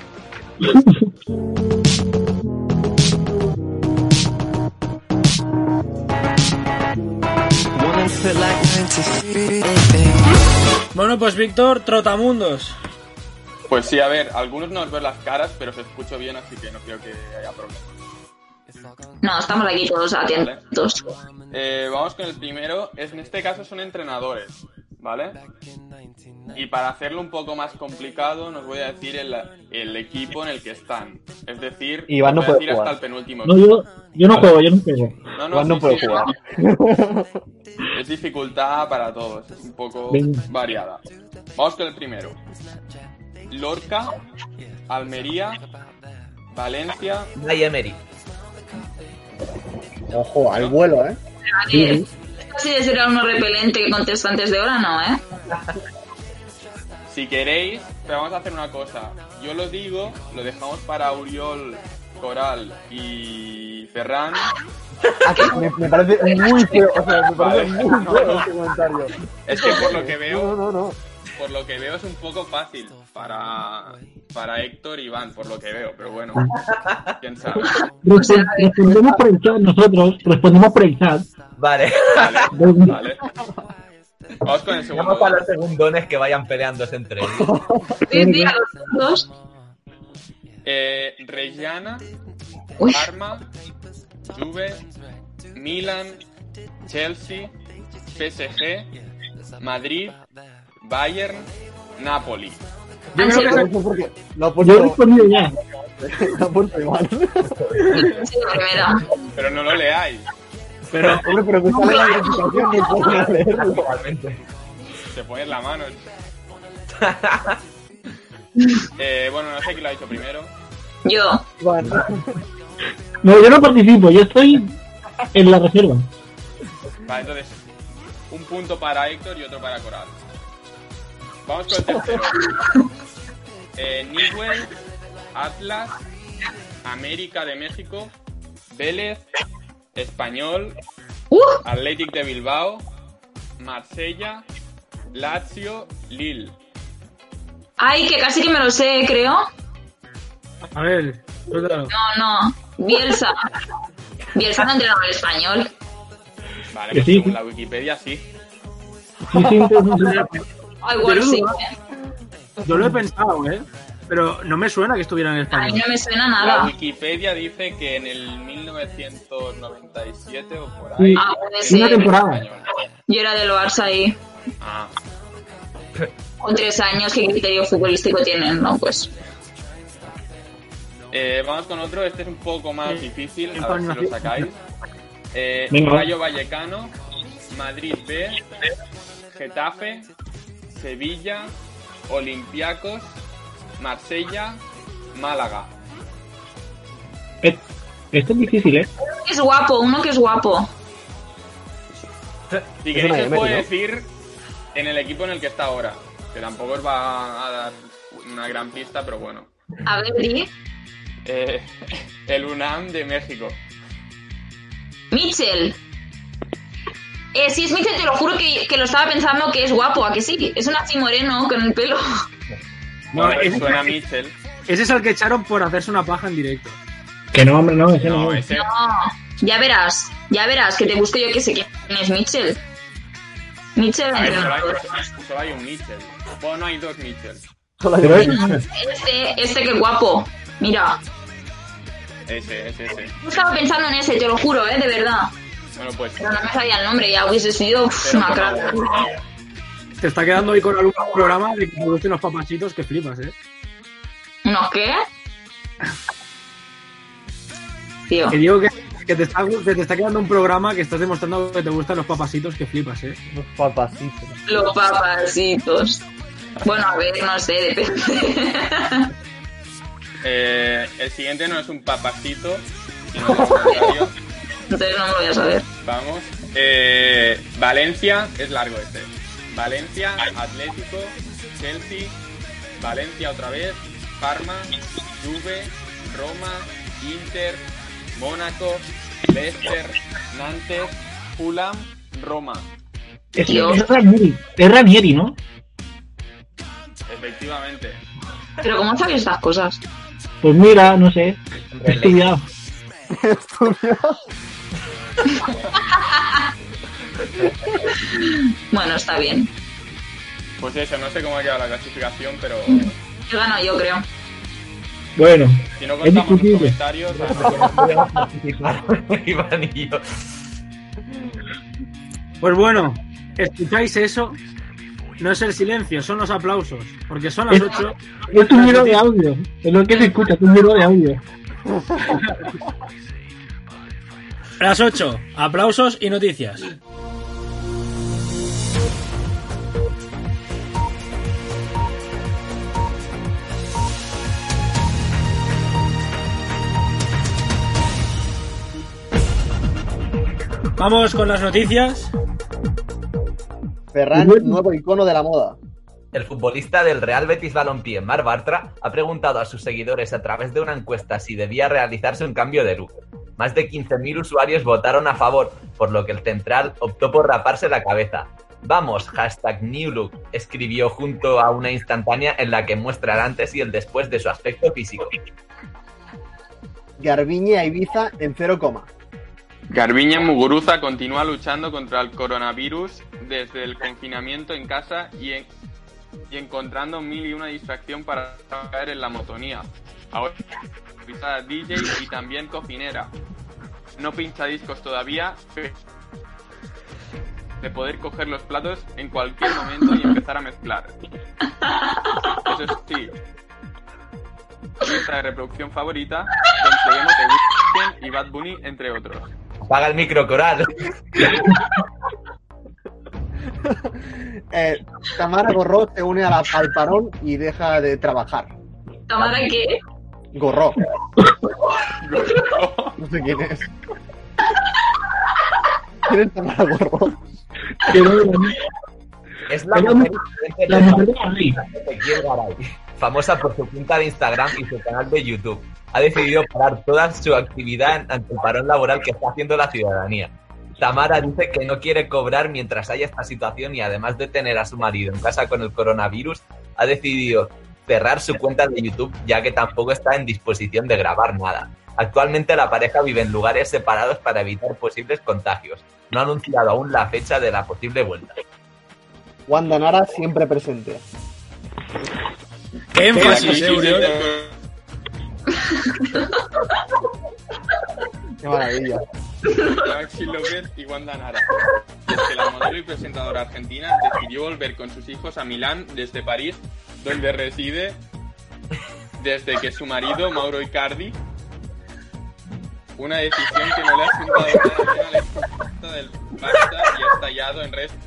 Bueno, pues Víctor, Trotamundos.
Pues sí, a ver, algunos no os ven las caras, pero os escucho bien, así que no creo que haya problema.
No, estamos aquí todos atentos.
Vale. Eh, vamos con el primero. Es, en este caso son entrenadores, ¿vale? Y para hacerlo un poco más complicado, nos voy a decir el, el equipo en el que están. Es decir,
Iván no
voy a
puede
decir
jugar.
hasta el penúltimo.
No, yo, yo no juego, yo no juego.
No, no,
Iván no
sí,
puede
sí,
jugar.
Es dificultad para todos, es un poco
Venga.
variada. Vamos con el primero. Lorca, Almería, Valencia.
Unai Emery.
Ojo, al vuelo, ¿eh?
Nadie. Esto sí de ser uno repelente que contesta antes de hora, no, ¿eh?
Si queréis, pero vamos a hacer una cosa. Yo lo digo, lo dejamos para Uriol, Coral y Ferran.
Ah, que me, me parece muy feo, o sea, me parece
Vale.
muy feo este comentario.
Es que por lo que
No,
veo,
no, no.
por lo que veo es un poco fácil para, para Héctor y Iván, por lo que veo, pero bueno, quién sabe.
Respon- respondemos por el chat nosotros, respondemos por el chat.
Vale.
Vale, vale. Vamos con el segundo.
Vamos para los segundones que vayan peleándose entre ellos.
Sí, sí, a los dos.
Eh, Reggiana,
Uy.
Parma, Juve, Milan, Chelsea, P S G, Madrid, Bayern, Napoli.
Yo creo que
Pero eso porque lo ha
Yo he
puesto,
respondido ya.
lo ha puesto igual.
Sí, la primera.
Pero no lo leáis.
Pero,
Hombre, pero que sale la notificación, no puedo leerlo.
Actualmente.
Se pone la mano. eh, bueno, no sé quién lo ha dicho primero.
Yo.
Bueno,
No, yo no participo, yo estoy en la reserva.
Vale, entonces, un punto para Héctor y otro para Coral. Vamos con el tercero. eh, Newell, Atlas, América de México, Vélez, Español,
Uh,
Athletic de Bilbao, Marsella, Lazio, Lille.
ay, que casi que me lo sé, creo.
A ver, suéltalo.
No, no. Bielsa. Bielsa no entrenaba el español.
Vale,
Que
pues
sí.
según la Wikipedia sí.
Sí, sí, sí, sí.
Ah, igual
Pero
sí.
duda. Yo lo he pensado, ¿eh? Pero no me suena que estuviera en
A mí
español.
no me suena
La
nada.
Wikipedia dice que en el mil novecientos noventa y siete o por
Sí.
ahí.
Ah, puede
en
ser.
el
temporada.
español.
Yo era del Barça ahí.
Ah,
Con tres años, ¿qué criterio futbolístico tienen? No, pues.
eh, vamos con otro. Este es un poco más difícil. A ver si lo sacáis. Eh,
Venga.
Rayo Vallecano, Madrid B, Getafe, Sevilla, Olympiacos, Marsella, Málaga.
Eh, Esto es difícil, ¿eh?
Es guapo, uno que es guapo.
Si
Es
queréis
una
os
Emery,
puedo
¿no?
decir en el equipo en el que está ahora. Que tampoco os va a dar una gran pista, pero bueno.
A ver, di.
Eh, el UNAM de México.
Mitchell. Eh, sí, es Mitchell, te lo juro que, que lo estaba pensando que es guapo, ¿a que sí? Es un así moreno con el pelo.
No,
Bueno,
ese,
suena Mitchell.
ese es el que echaron por hacerse una paja en directo.
Que no, hombre, no, ese no.
No, ese.
No, ya verás, ya verás, que te busco yo que sé quién es Mitchell. Mitchell,
A ver, solo
entrenador.
hay, solo hay un Mitchell. Bueno, no hay dos Mitchell.
Solo hay
Pero
un-
es-
Este, este que guapo. Mira,
Ese, ese, ese.
yo estaba pensando en ese, te lo juro, eh, de verdad.
Bueno, pues.
Pero no me sabía el nombre, ya hubiese sido uf,
Pero
una
toma
crack.
uno.
Te está quedando hoy con algún programa de que te gusten los papachitos que flipas, ¿eh?
¿No qué? Tío.
Que digo que, que, te está, que te está quedando un programa que estás demostrando que te gustan los papacitos que flipas, ¿eh?
Los papacitos.
Los papacitos. Bueno, a ver, no sé, depende.
Eh, el siguiente no es un papacito, sino lo contrario.
Entonces no me lo voy a saber.
Vamos. Eh, Valencia, es largo este. Valencia, Atlético, Chelsea, Valencia otra vez, Parma, Juve, Roma, Inter, Mónaco, Leicester, Nantes, Fulham, Roma.
Es,
Dios.
es Ranieri, es Ranieri, ¿no?
Efectivamente.
Pero ¿cómo sabes estas cosas?
Pues mira, no sé, he estudiado.
Bueno, está bien.
Pues eso, no sé cómo ha quedado la clasificación, pero
He ganado yo, creo.
Bueno,
si no
es
contamos los
discutible.
comentarios, ah,
Iván y yo.
Pues bueno, ¿escucháis eso? No es el silencio, son los aplausos. Porque son las
Es-
ocho.
Es un muro de audio, es lo que se escucha, es un muro de audio.
Las ocho, aplausos y noticias. Vamos con las noticias.
Ferran, nuevo icono de la moda.
El futbolista del Real Betis Balompié, Marc Bartra, ha preguntado a sus seguidores a través de una encuesta si debía realizarse un cambio de look. Más de quince mil usuarios votaron a favor, por lo que el central optó por raparse la cabeza. Vamos, hashtag New Look, escribió junto a una instantánea en la que muestra el antes y el después de su aspecto físico.
Garbiñe a Ibiza en cero coma.
Garbiñe Muguruza continúa luchando contra el coronavirus desde el confinamiento en casa y, en- y encontrando mil y una distracción para caer en la monotonía. Ahora es D J y también cocinera. No pincha discos todavía, pero de poder coger los platos en cualquier momento y empezar a mezclar. Eso sí, lista de reproducción favorita, donde vemos The Weeknd y Bad Bunny, entre otros.
Apaga el micro, Coral.
Eh, Tamara Gorró se une a la- al parón y deja de trabajar.
¿Tamara qué?
Gorró. No sé quién es. ¿Quién es Tamara Gorró?
Que no,
Es la
Pero
mujer
la mujer de Garay.
de Ezequiel Garay. famosa por su cuenta de Instagram y su canal de YouTube, ha decidido parar toda su actividad ante el parón laboral que está haciendo la ciudadanía. Tamara dice que no quiere cobrar mientras haya esta situación y además de tener a su marido en casa con el coronavirus, ha decidido cerrar su cuenta de YouTube ya que tampoco está en disposición de grabar nada. Actualmente la pareja vive en lugares separados para evitar posibles contagios. No ha anunciado aún la fecha de la posible vuelta.
Wanda Nara siempre presente.
¡Qué énfasis, eh, Uriol!
¡Qué maravilla!
Maxi López y Wanda Nara. Y es que la modelo y presentadora argentina decidió volver con sus hijos a Milán desde París, donde reside desde que su marido, Mauro Icardi, una decisión que no le ha sentado nada bien al exfutbolista del Barça y ha estallado en redes.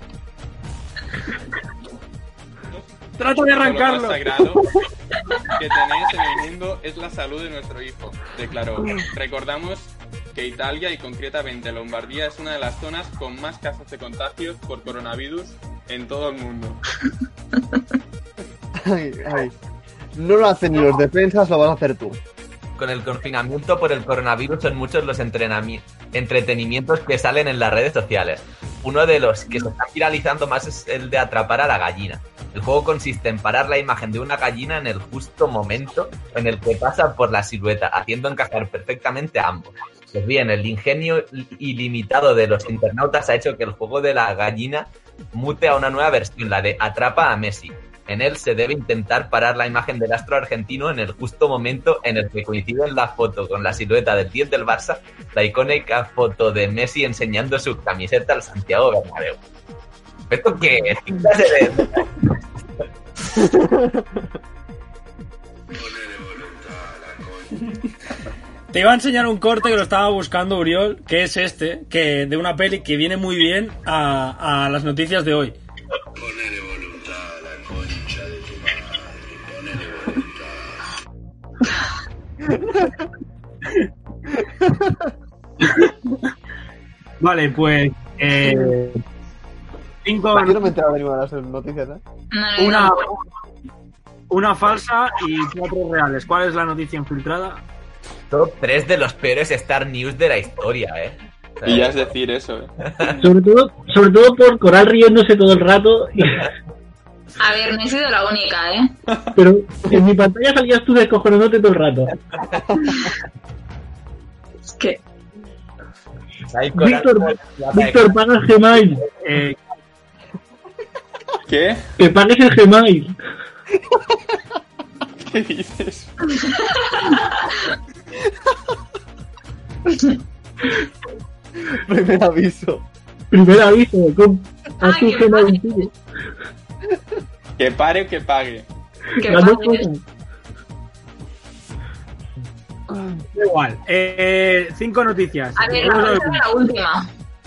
Trata de arrancarlo.
Lo más sagrado que tenéis en el mundo es la salud de nuestro hijo, declaró. Recordamos que Italia y concretamente Lombardía es una de las zonas con más casos de contagios por coronavirus en todo el mundo.
Ay, ay. No lo hacen ni los defensas, lo vas a hacer tú.
Con el confinamiento por el coronavirus son muchos los entrenami- entretenimientos que salen en las redes sociales. Uno de los que se está viralizando más es el de atrapar a la gallina. El juego consiste en parar la imagen de una gallina en el justo momento en el que pasa por la silueta, haciendo encajar perfectamente a ambos. Pues bien, el ingenio ilimitado de los internautas ha hecho que el juego de la gallina mute a una nueva versión, la de Atrapa a Messi. En él se debe intentar parar la imagen del astro argentino en el justo momento en el que coincide en la foto con la silueta del diez del Barça, la icónica foto de Messi enseñando su camiseta al Santiago Bernabéu. ¿Esto qué es? ¿Qué clase de...?
Te iba a enseñar un corte que lo estaba buscando Uriol, que es este, que de una peli que viene muy bien a, a las noticias de hoy.
Ponele voluntad a la concha de tu madre. Ponele voluntad.
Vale, pues... Eh, cinco...
Yo no me he enterado de ninguna de las noticias, ¿eh?
No, no,
Una,
no.
una falsa y cuatro reales. ¿Cuál es la noticia infiltrada?
Top tres de los peores Star News de la historia, ¿eh? O sea,
Y ya es decir eso, ¿eh?
Sobre todo, sobre todo por Coral riéndose todo el rato. y-
A ver, no he sido la única, ¿eh?
Pero en mi pantalla salías tú descojonándote todo el rato.
Es que...
hay coral-
Víctor, Víctor, paga el Gmail.
Eh,
¿Qué?
Que pagues el Gmail.
¿Qué dices?
Primer aviso.
Primer aviso. Con, haz
Ay,
un
qué
Gmail,
padre.
tío.
Que pare o que pague.
que
Las dos
padre.
cosas.
da igual. Eh, cinco noticias.
A ver,
¿Cómo
la,
lo,
falsa es la última.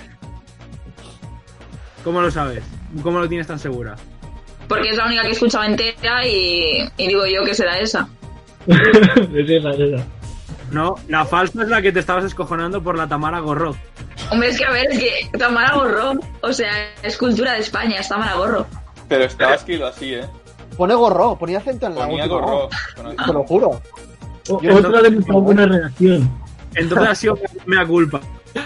cómo lo sabes? ¿Cómo lo tienes tan segura?
Porque es la única que he escuchado entera y, y digo yo que será esa.
Es esa, es esa.
No, la falsa es la que te estabas escojonando por la Tamara Gorro.
Hombre, es que a ver, es que Tamara Gorro, o sea, es cultura de España, es Tamara Gorro.
Pero estaba escrito así, ¿eh?
Pone gorro, ponía acento en la
Ponía
última
gorro.
O. Te lo juro.
O-
Yo
otra
no-
de nuestra buena redacción.
Entonces ha sido mea culpa.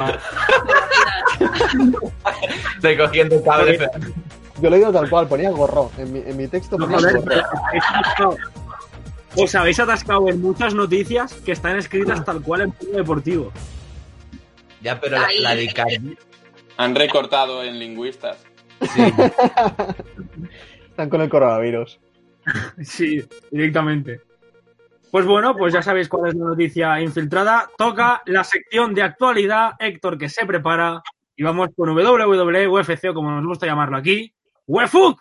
Estoy cogiendo cable.
Yo lo he ido tal cual, ponía gorro. En mi, en mi texto
No,
ponía
joder,
gorro.
pero habéis atascado- os habéis atascado en muchas noticias que están escritas tal cual en Mundo Deportivo.
Ya, pero la, la de Icardi...
Han recortado en lingüistas.
Sí.
Están con el coronavirus.
Sí, directamente. Pues bueno, pues ya sabéis cuál es la noticia infiltrada. Toca la sección de actualidad. Héctor, que se prepara. Y vamos con W W E, U F C, o como nos gusta llamarlo aquí. ¡Wefuk!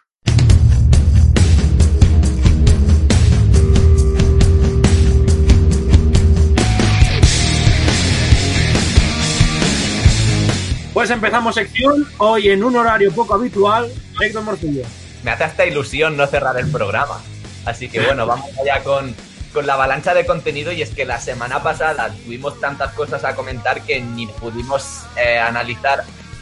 Pues empezamos sección. Hoy en un horario poco habitual. Héctor Morcillo.
Me hace hasta ilusión no cerrar el programa. Así que bueno, vamos allá con, con la avalancha de contenido. Y es que la semana pasada tuvimos tantas cosas a comentar que ni pudimos eh, analizar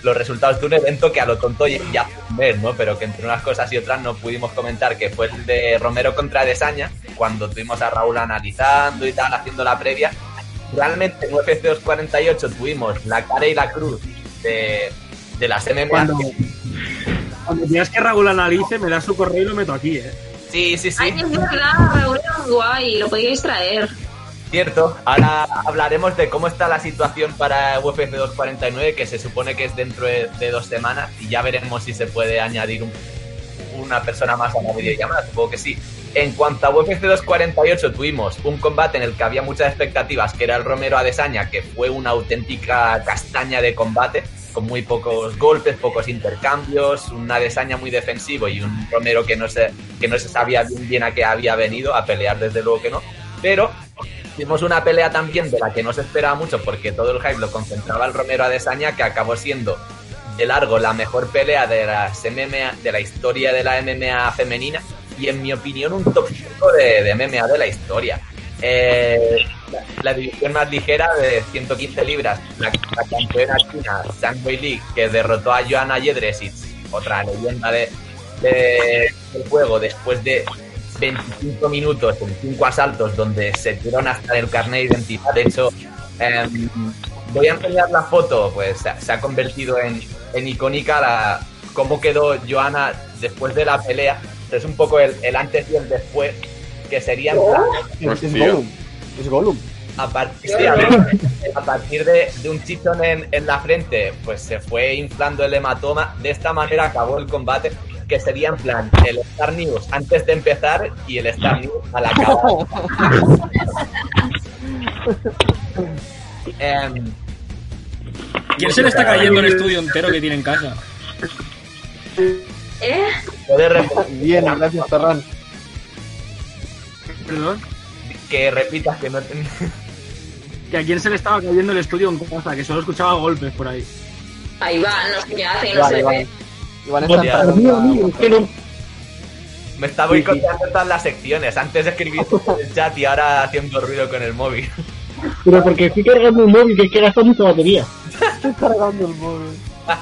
los resultados de un evento que a lo tonto ya, ya ver, ¿no? Pero que entre unas cosas y otras no pudimos comentar, que fue el de Romero contra Adesanya, cuando tuvimos a Raúl analizando y tal, haciendo la previa. Realmente en U F C doscientos cuarenta y ocho tuvimos la cara y la cruz de, de las M M A.
Cuando, cuando quieras que Raúl analice, me das su correo y lo meto aquí, ¿eh?
Sí, sí, sí.
Ay, es verdad, Raúl es guay, lo podíais traer.
Cierto, ahora hablaremos de cómo está la situación para U F C doscientos cuarenta y nueve, que se supone que es dentro de, de dos semanas, y ya veremos si se puede añadir un, una persona más a la videollamada, supongo que sí. En cuanto a U F C doscientos cuarenta y ocho, tuvimos un combate en el que había muchas expectativas, que era el Romero Adesanya, que fue una auténtica castaña de combate, con muy pocos golpes, pocos intercambios, un Adesanya muy defensivo y un Romero que no se, que no se sabía bien, bien a qué había venido, a pelear desde luego que no, pero tuvimos una pelea también de la que no se esperaba mucho porque todo el hype lo concentraba el Romero Adesanya, que acabó siendo de largo la mejor pelea de las M M A, de la historia de la M M A femenina, y en mi opinión un top cinco de, de M M A de la historia. Eh, la, la división más ligera de ciento quince libras, la, la campeona china Zhang Weili, que derrotó a Joanna Jedrzejczyk, otra leyenda de, de, del juego, después de veinticinco minutos en cinco asaltos donde se tiraron hasta el carnet de identidad. De hecho, eh, voy a enseñar la foto, pues se, se ha convertido en, en icónica la, cómo quedó Joanna después de la pelea. Es un poco el, el antes y el después, que sería
oh, es, es Gollum, es Gollum.
A partir, sí, a, ver, a partir de, de un chichón en, en la frente, pues se fue inflando el hematoma. De esta manera acabó el combate, que sería en plan el Star News antes de empezar y el Star News al acabar. um,
¿Quién se le está cayendo el estudio entero que tiene en casa?
¿Eh?
Bien, gracias, Ferran.
¿Perdón?
Que repitas que no te...
Que a quién se le estaba cayendo el estudio en casa, que solo escuchaba golpes por ahí.
Ahí va, no sé qué hace, no
vale,
se
vale.
ve.
Iván está
Amigo, amigo, amigo, es que no.
Me está boicoteando todas las secciones. Antes escribí en el chat y ahora haciendo ruido con el móvil.
Pero porque estoy cargando un móvil, que es que gasta mucha batería.
Estoy cargando el móvil.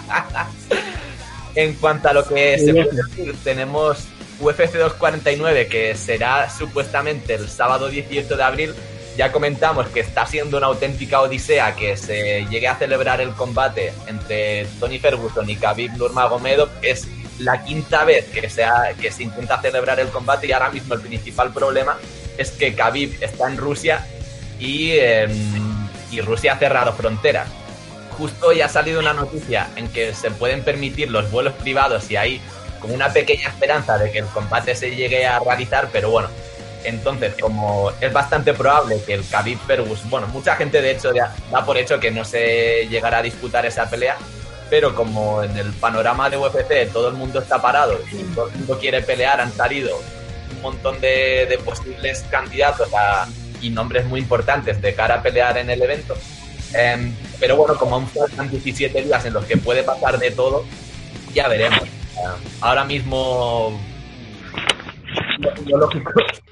En cuanto a lo que se puede decir, tenemos U F C doscientos cuarenta y nueve, que será supuestamente el sábado dieciocho de abril. Ya comentamos que está siendo una auténtica odisea que se llegue a celebrar el combate entre Tony Ferguson y Khabib Nurmagomedov. Es la quinta vez que se, ha, que se intenta celebrar el combate, y ahora mismo el principal problema es que Khabib está en Rusia y, eh, y Rusia ha cerrado fronteras. Justo hoy ha salido una noticia en que se pueden permitir los vuelos privados, y hay como una pequeña esperanza de que el combate se llegue a realizar, pero bueno, entonces como es bastante probable que el Khabib Ferguson, bueno, mucha gente de hecho ya da por hecho que no se llegará a disputar esa pelea, pero como en el panorama de U F C todo el mundo está parado y todo el mundo quiere pelear, han salido un montón de, de posibles candidatos a, y nombres muy importantes de cara a pelear en el evento. Um, pero bueno, como aún faltan diecisiete días en los que puede pasar de todo, ya veremos. Uh, ahora mismo lo, lo lógico.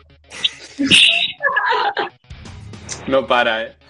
No para, eh.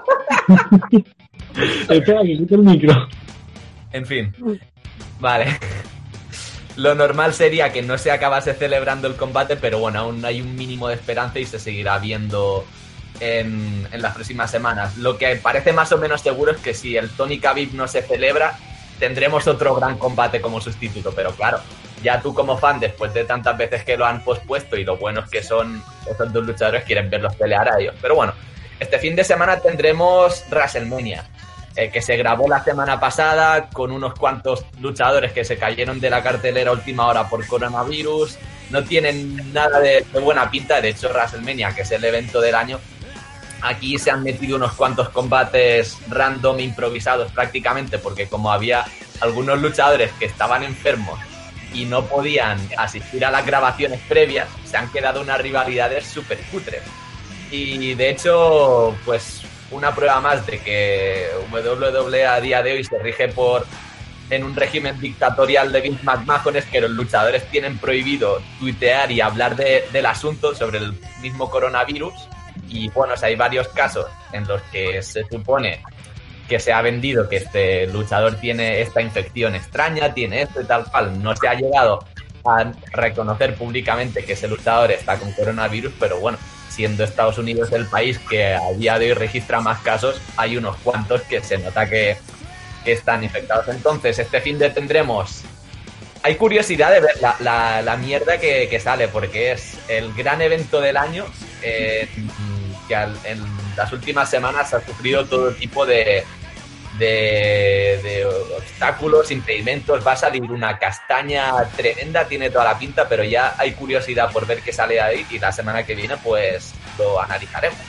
Espera, que quito el micro.
En fin, vale. Lo normal sería que no se acabase celebrando el combate, pero bueno, aún hay un mínimo de esperanza y se seguirá viendo En, en las próximas semanas. Lo que parece más o menos seguro es que si el Tony Khabib no se celebra, tendremos otro gran combate como sustituto, pero claro, ya tú como fan, después de tantas veces que lo han pospuesto y lo buenos que son esos dos luchadores, quieren verlos pelear a ellos. Pero bueno, este fin de semana tendremos WrestleMania, eh, que se grabó la semana pasada con unos cuantos luchadores que se cayeron de la cartelera a última hora por coronavirus. No tienen nada de, de buena pinta. De hecho, WrestleMania, que es el evento del año, aquí se han metido unos cuantos combates random, improvisados prácticamente, porque como había algunos luchadores que estaban enfermos y no podían asistir a las grabaciones previas, se han quedado unas rivalidades súper cutres. Y de hecho, pues una prueba más de que W W E a día de hoy se rige por en un régimen dictatorial de Vince McMahon, es que los luchadores tienen prohibido tuitear y hablar de, del asunto sobre el mismo coronavirus. Y bueno, o sea, hay varios casos en los que se supone que se ha vendido que este luchador tiene esta infección extraña, tiene esto y tal cual. No se ha llegado a reconocer públicamente que ese luchador está con coronavirus, pero bueno, siendo Estados Unidos el país que a día de hoy registra más casos, hay unos cuantos que se nota que, que están infectados. Entonces, este fin de tendremos... Hay curiosidad de ver la, la, la mierda que, que sale, porque es el gran evento del año eh, que al, en las últimas semanas ha sufrido todo tipo de, de, de obstáculos, impedimentos. Va a salir una castaña tremenda, tiene toda la pinta, pero ya hay curiosidad por ver qué sale ahí y la semana que viene pues lo analizaremos.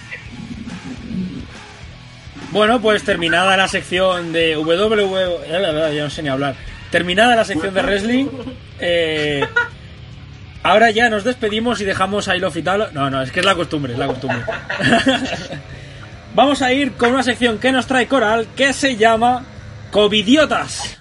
Bueno, pues terminada la sección de W W E, la verdad, ya no sé ni hablar. Terminada la sección de wrestling, eh, ahora ya nos despedimos y dejamos a I Love Italo. No, no, es que es la costumbre, es la costumbre. Vamos a ir con una sección que nos trae Coral, que se llama Covidiotas.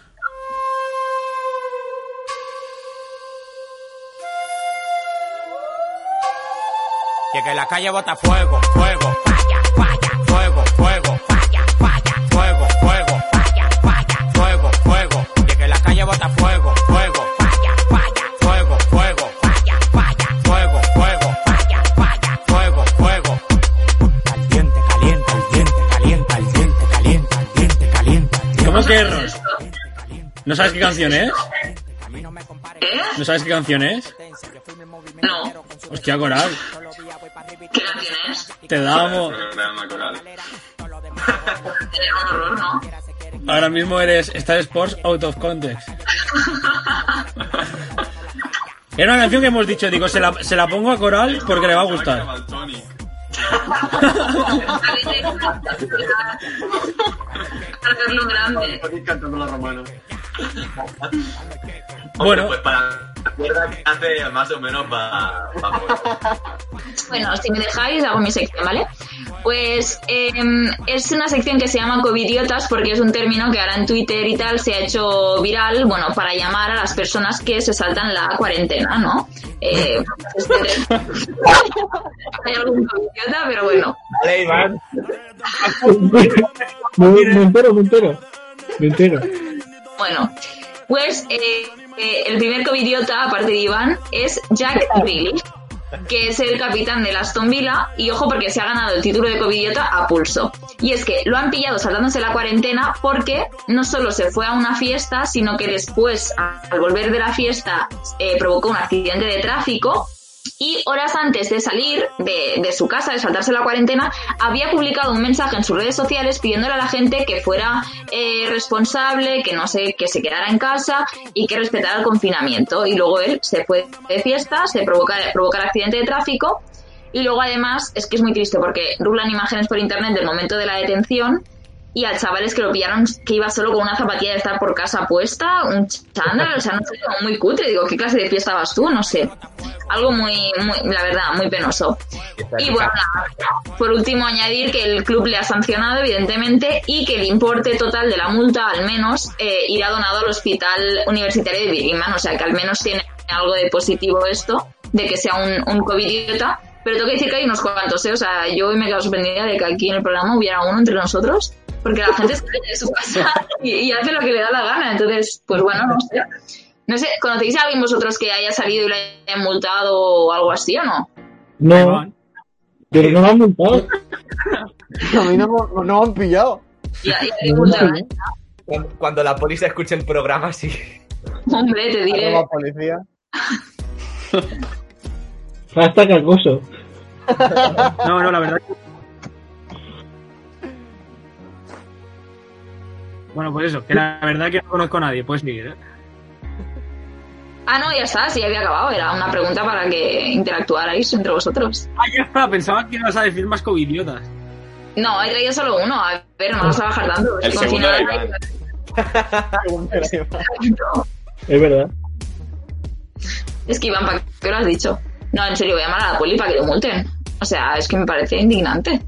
Y que la calle bota fuego, fuego, falla, falla, fuego, fuego, falla, falla, fuego, fuego, falla, falla, fuego, fuego. Y que la calle bota fuego, fuego, falla, falla, fuego, fuego, falla, falla, fuego, fuego, falla, falla, fuego, fuego. Caliente, caliente, caliente, caliente, caliente, caliente, caliente, caliente.
¿Cómo que Ros? ¿No sabes qué canción es? ¿No sabes qué canción es?
No.
Hostia, Coral.
¿Qué canción es?
Te damos.
Sería un horror, ¿no?
Ahora mismo eres Star Sports out of context. Era una canción que hemos dicho, digo, se la, se la pongo a Coral porque le va a gustar.
Para hacerlo grande.
Cantando la romana.
Bueno,
pues para la cuerda que hace más o menos va, va por...
Bueno, si me dejáis, hago mi sección, ¿vale? Pues eh, es una sección que se llama Covidiotas porque es un término que ahora en Twitter y tal se ha hecho viral, bueno, para llamar a las personas que se saltan la cuarentena, ¿no? Eh, hay algún covidiota, pero bueno.
Vale, Iván.
me, me entero, me entero. Me entero.
Bueno, pues eh, eh, el primer covidiota, aparte de Iván, es Jack Grealish, que es el capitán del Aston Villa, y ojo porque se ha ganado el título de covidiota a pulso. Y es que lo han pillado saltándose la cuarentena porque no solo se fue a una fiesta, sino que después, al volver de la fiesta, eh, provocó un accidente de tráfico. Y horas antes de salir de, de su casa, de saltarse la cuarentena, había publicado un mensaje en sus redes sociales pidiéndole a la gente que fuera eh, responsable, que no sé, que se quedara en casa y que respetara el confinamiento. Y luego él se fue de fiesta, se provoca, provoca el accidente de tráfico. Y luego además es que es muy triste porque rulan imágenes por internet del momento de la detención. Y al chaval es que lo pillaron que iba solo con una zapatilla de estar por casa puesta, un chándal, o sea, no sé, como muy cutre. Digo, ¿qué clase de fiesta vas tú? No sé. Algo muy, muy, la verdad, muy penoso. Y bueno, por último añadir que el club le ha sancionado, evidentemente, y que el importe total de la multa, al menos, eh, irá donado al Hospital Universitario de Birmingham. O sea, que al menos tiene algo de positivo esto, de que sea un, un covidiota. Pero tengo que decir que hay unos cuantos, ¿eh? O sea, yo me quedo sorprendida de que aquí en el programa hubiera uno entre nosotros. Porque la gente sale de su casa y, y hace lo que le da la gana. Entonces, pues bueno, no sé. No sé, ¿conocéis a alguien vosotros que haya salido y le hayan multado o algo así o no?
No. Pero no me han multado.
A mí no, no me han pillado.
Ya, ya hay multado, ¿eh?
Cuando, cuando la policía escuche el programa, sí.
Hombre, te diré.
La policía.
Hasta cacoso.
no, no, la verdad. Bueno, pues eso, que la verdad que no conozco a nadie, puedes seguir, ¿eh?
Ah, no, ya está, sí, había acabado. Era una pregunta para que interactuarais entre vosotros.
Ah, ya está, pensaba que ibas a decir más covidiotas.
No, he traído solo uno. A ver, no vas a bajar tanto.
El segundo era Iván.
Es verdad.
Es que Iván, ¿para qué lo has dicho? No, en serio, voy a llamar a la poli para que lo multen. O sea, es que me parece indignante.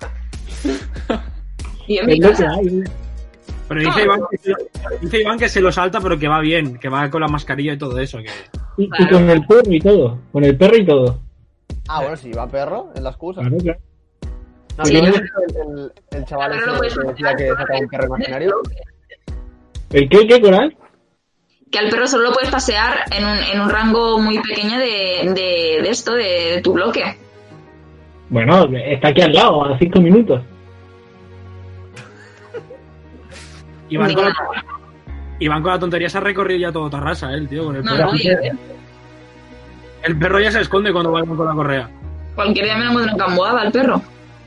Y en mi casa...
Pero dice Iván, que se, dice Iván que se lo salta, pero que va bien, que va con la mascarilla y todo eso. Que...
Y, claro. Y con el perro y todo. Con el perro y todo.
Ah, bueno, si va perro, es la excusa.
Claro, claro.
¿No
Sí.
¿no has visto el, el, el chaval
Pero lo
ese
puedes
que decía que sacaba un perro imaginario?
¿El qué, el qué, Coral?
Que al perro solo lo puedes pasear en un, en un rango muy pequeño de, de, de esto, de, de tu bloque.
Bueno, está aquí al lado, a cinco minutos.
Iván con, la, Iván con la tontería se ha recorrido ya todo Tarrasa, ¿eh? El tío, con el
No,
perro.
no, oye, eh.
El perro ya se esconde cuando va con la correa.
Cualquier día me lo encuentro en Camboada, el perro.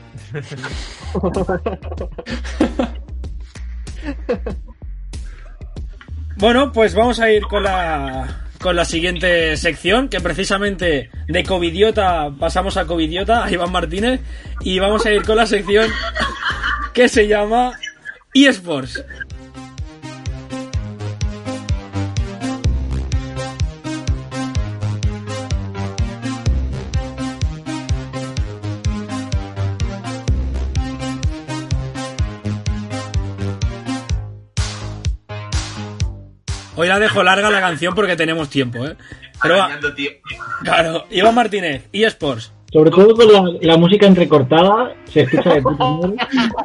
Bueno, pues vamos a ir con la con la siguiente sección, que precisamente de Covidiota pasamos a Covidiota, a Iván Martínez, y vamos a ir con la sección que se llama eSports. Hoy la dejo larga la canción porque tenemos tiempo, ¿eh? Pero va, claro, Iván Martínez, eSports.
Sobre todo con la, la música entrecortada, se escucha de puta madre.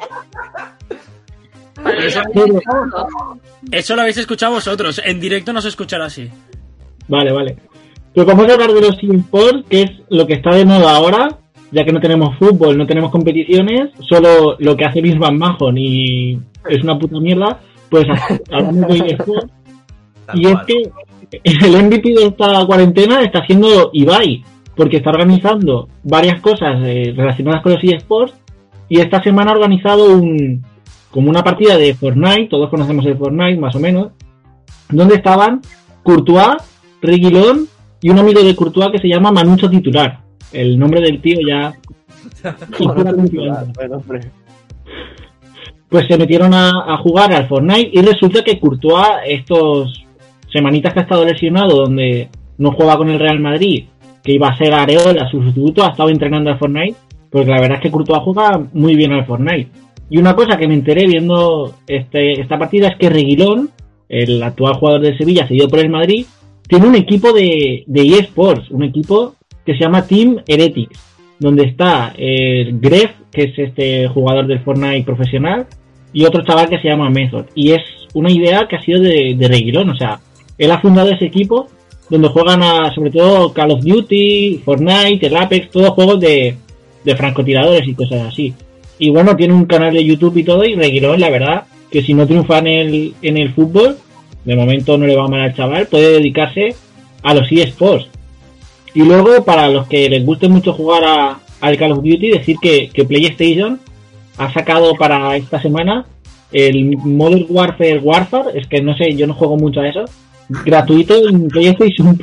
Eso, eso lo habéis escuchado vosotros, en directo no se escuchará así.
Vale, vale. Pues vamos a hablar de los eSports, que es lo que está de moda ahora, ya que no tenemos fútbol, no tenemos competiciones, solo lo que hace Vince McMahon y es una puta mierda, pues hablamos de eSports. Y es que el M V P de esta cuarentena está siendo Ibai, porque está organizando varias cosas eh, relacionadas con los eSports, y esta semana ha organizado un como una partida de Fortnite, todos conocemos el Fortnite más o menos, donde estaban Courtois, Reguilón y un amigo de Courtois que se llama Manucho Titular. El nombre del tío ya... Pues se metieron a, a jugar al Fortnite y resulta que Courtois, estos semanitas que ha estado lesionado, donde no juega con el Real Madrid, que iba a ser Areola su sustituto, ha estado entrenando al Fortnite, porque la verdad es que Courtois juega muy bien al Fortnite. Y una cosa que me enteré viendo este, esta partida es que Reguilón, el actual jugador de Sevilla, cedido por el Madrid, tiene un equipo de, de eSports, un equipo que se llama Team Heretics, donde está el Gref, que es este jugador del Fortnite profesional, y otro chaval que se llama Method. Y es una idea que ha sido de, de Reguilón, o sea, él ha fundado ese equipo donde juegan a, sobre todo Call of Duty, Fortnite, el Apex, todos juegos de, de francotiradores y cosas así. Y bueno, tiene un canal de YouTube y todo, y Reguilón, la verdad, que si no triunfa en el, en el fútbol, de momento no le va mal al chaval, puede dedicarse a los eSports. Y luego, para los que les guste mucho jugar a, al Call of Duty, decir que, que PlayStation ha sacado para esta semana el Modern Warfare Warfare, es que no sé, yo no juego mucho a eso, gratuito en PlayStation.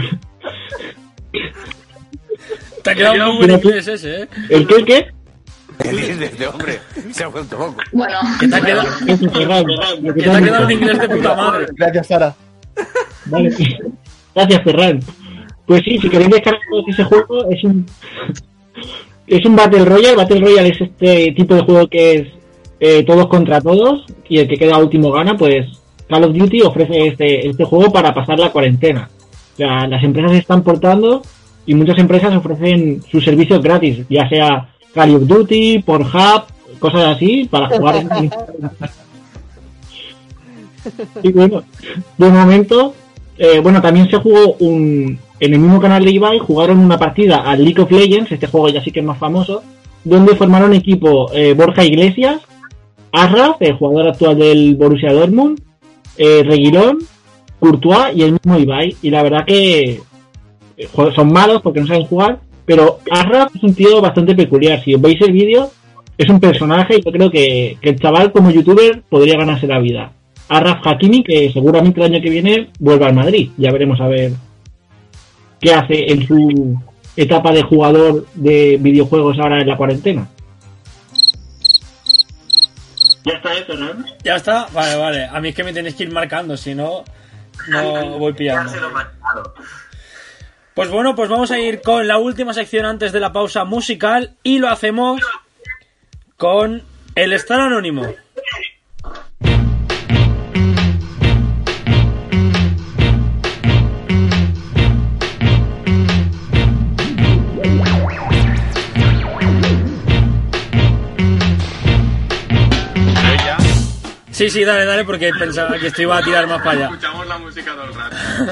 Te ha quedado muy buen inglés ese, ¿eh?
¿El qué, el qué?
El inglés de este hombre se ha vuelto loco.
Bueno,
Que te ha quedado,
Eso, Ferran,
que te ha quedado un inglés de puta madre.
Gracias, Sara.
Vale. Gracias, Ferran. Pues sí, si queréis descargar ese juego, es un es un Battle Royale. Battle Royale es este tipo de juego que es eh, todos contra todos, y el que queda último gana. Pues Call of Duty ofrece este este juego para pasar la cuarentena. O sea, las empresas se están portando y muchas empresas ofrecen sus servicios gratis, ya sea Call of Duty, Pornhub, cosas así, para jugar en... Y bueno, de momento, eh, bueno, también se jugó un en el mismo canal de Ibai, jugaron una partida al League of Legends, este juego ya sí que es más famoso, donde formaron equipo eh, Borja Iglesias, Ashraf, el jugador actual del Borussia Dortmund, eh, Reguilón, Courtois y el mismo Ibai. Y la verdad que eh, son malos porque no saben jugar, pero Ashraf es un tío bastante peculiar. Si os veis el vídeo, es un personaje, y yo creo que, que el chaval como youtuber podría ganarse la vida. Ashraf Hakimi, que seguramente el año que viene vuelva al Madrid. Ya veremos a ver qué hace en su etapa de jugador de videojuegos ahora en la cuarentena. Ya está eso, ¿no?
Ya está, vale, vale. A mí es que me tenéis que ir marcando, si no, no voy pillando. Pues bueno, pues vamos a ir con la última sección antes de la pausa musical, y lo hacemos con el Star Anónimo. Sí, sí, dale, dale, porque pensaba que esto iba a tirar más para allá.
Escuchamos la música todo el rato.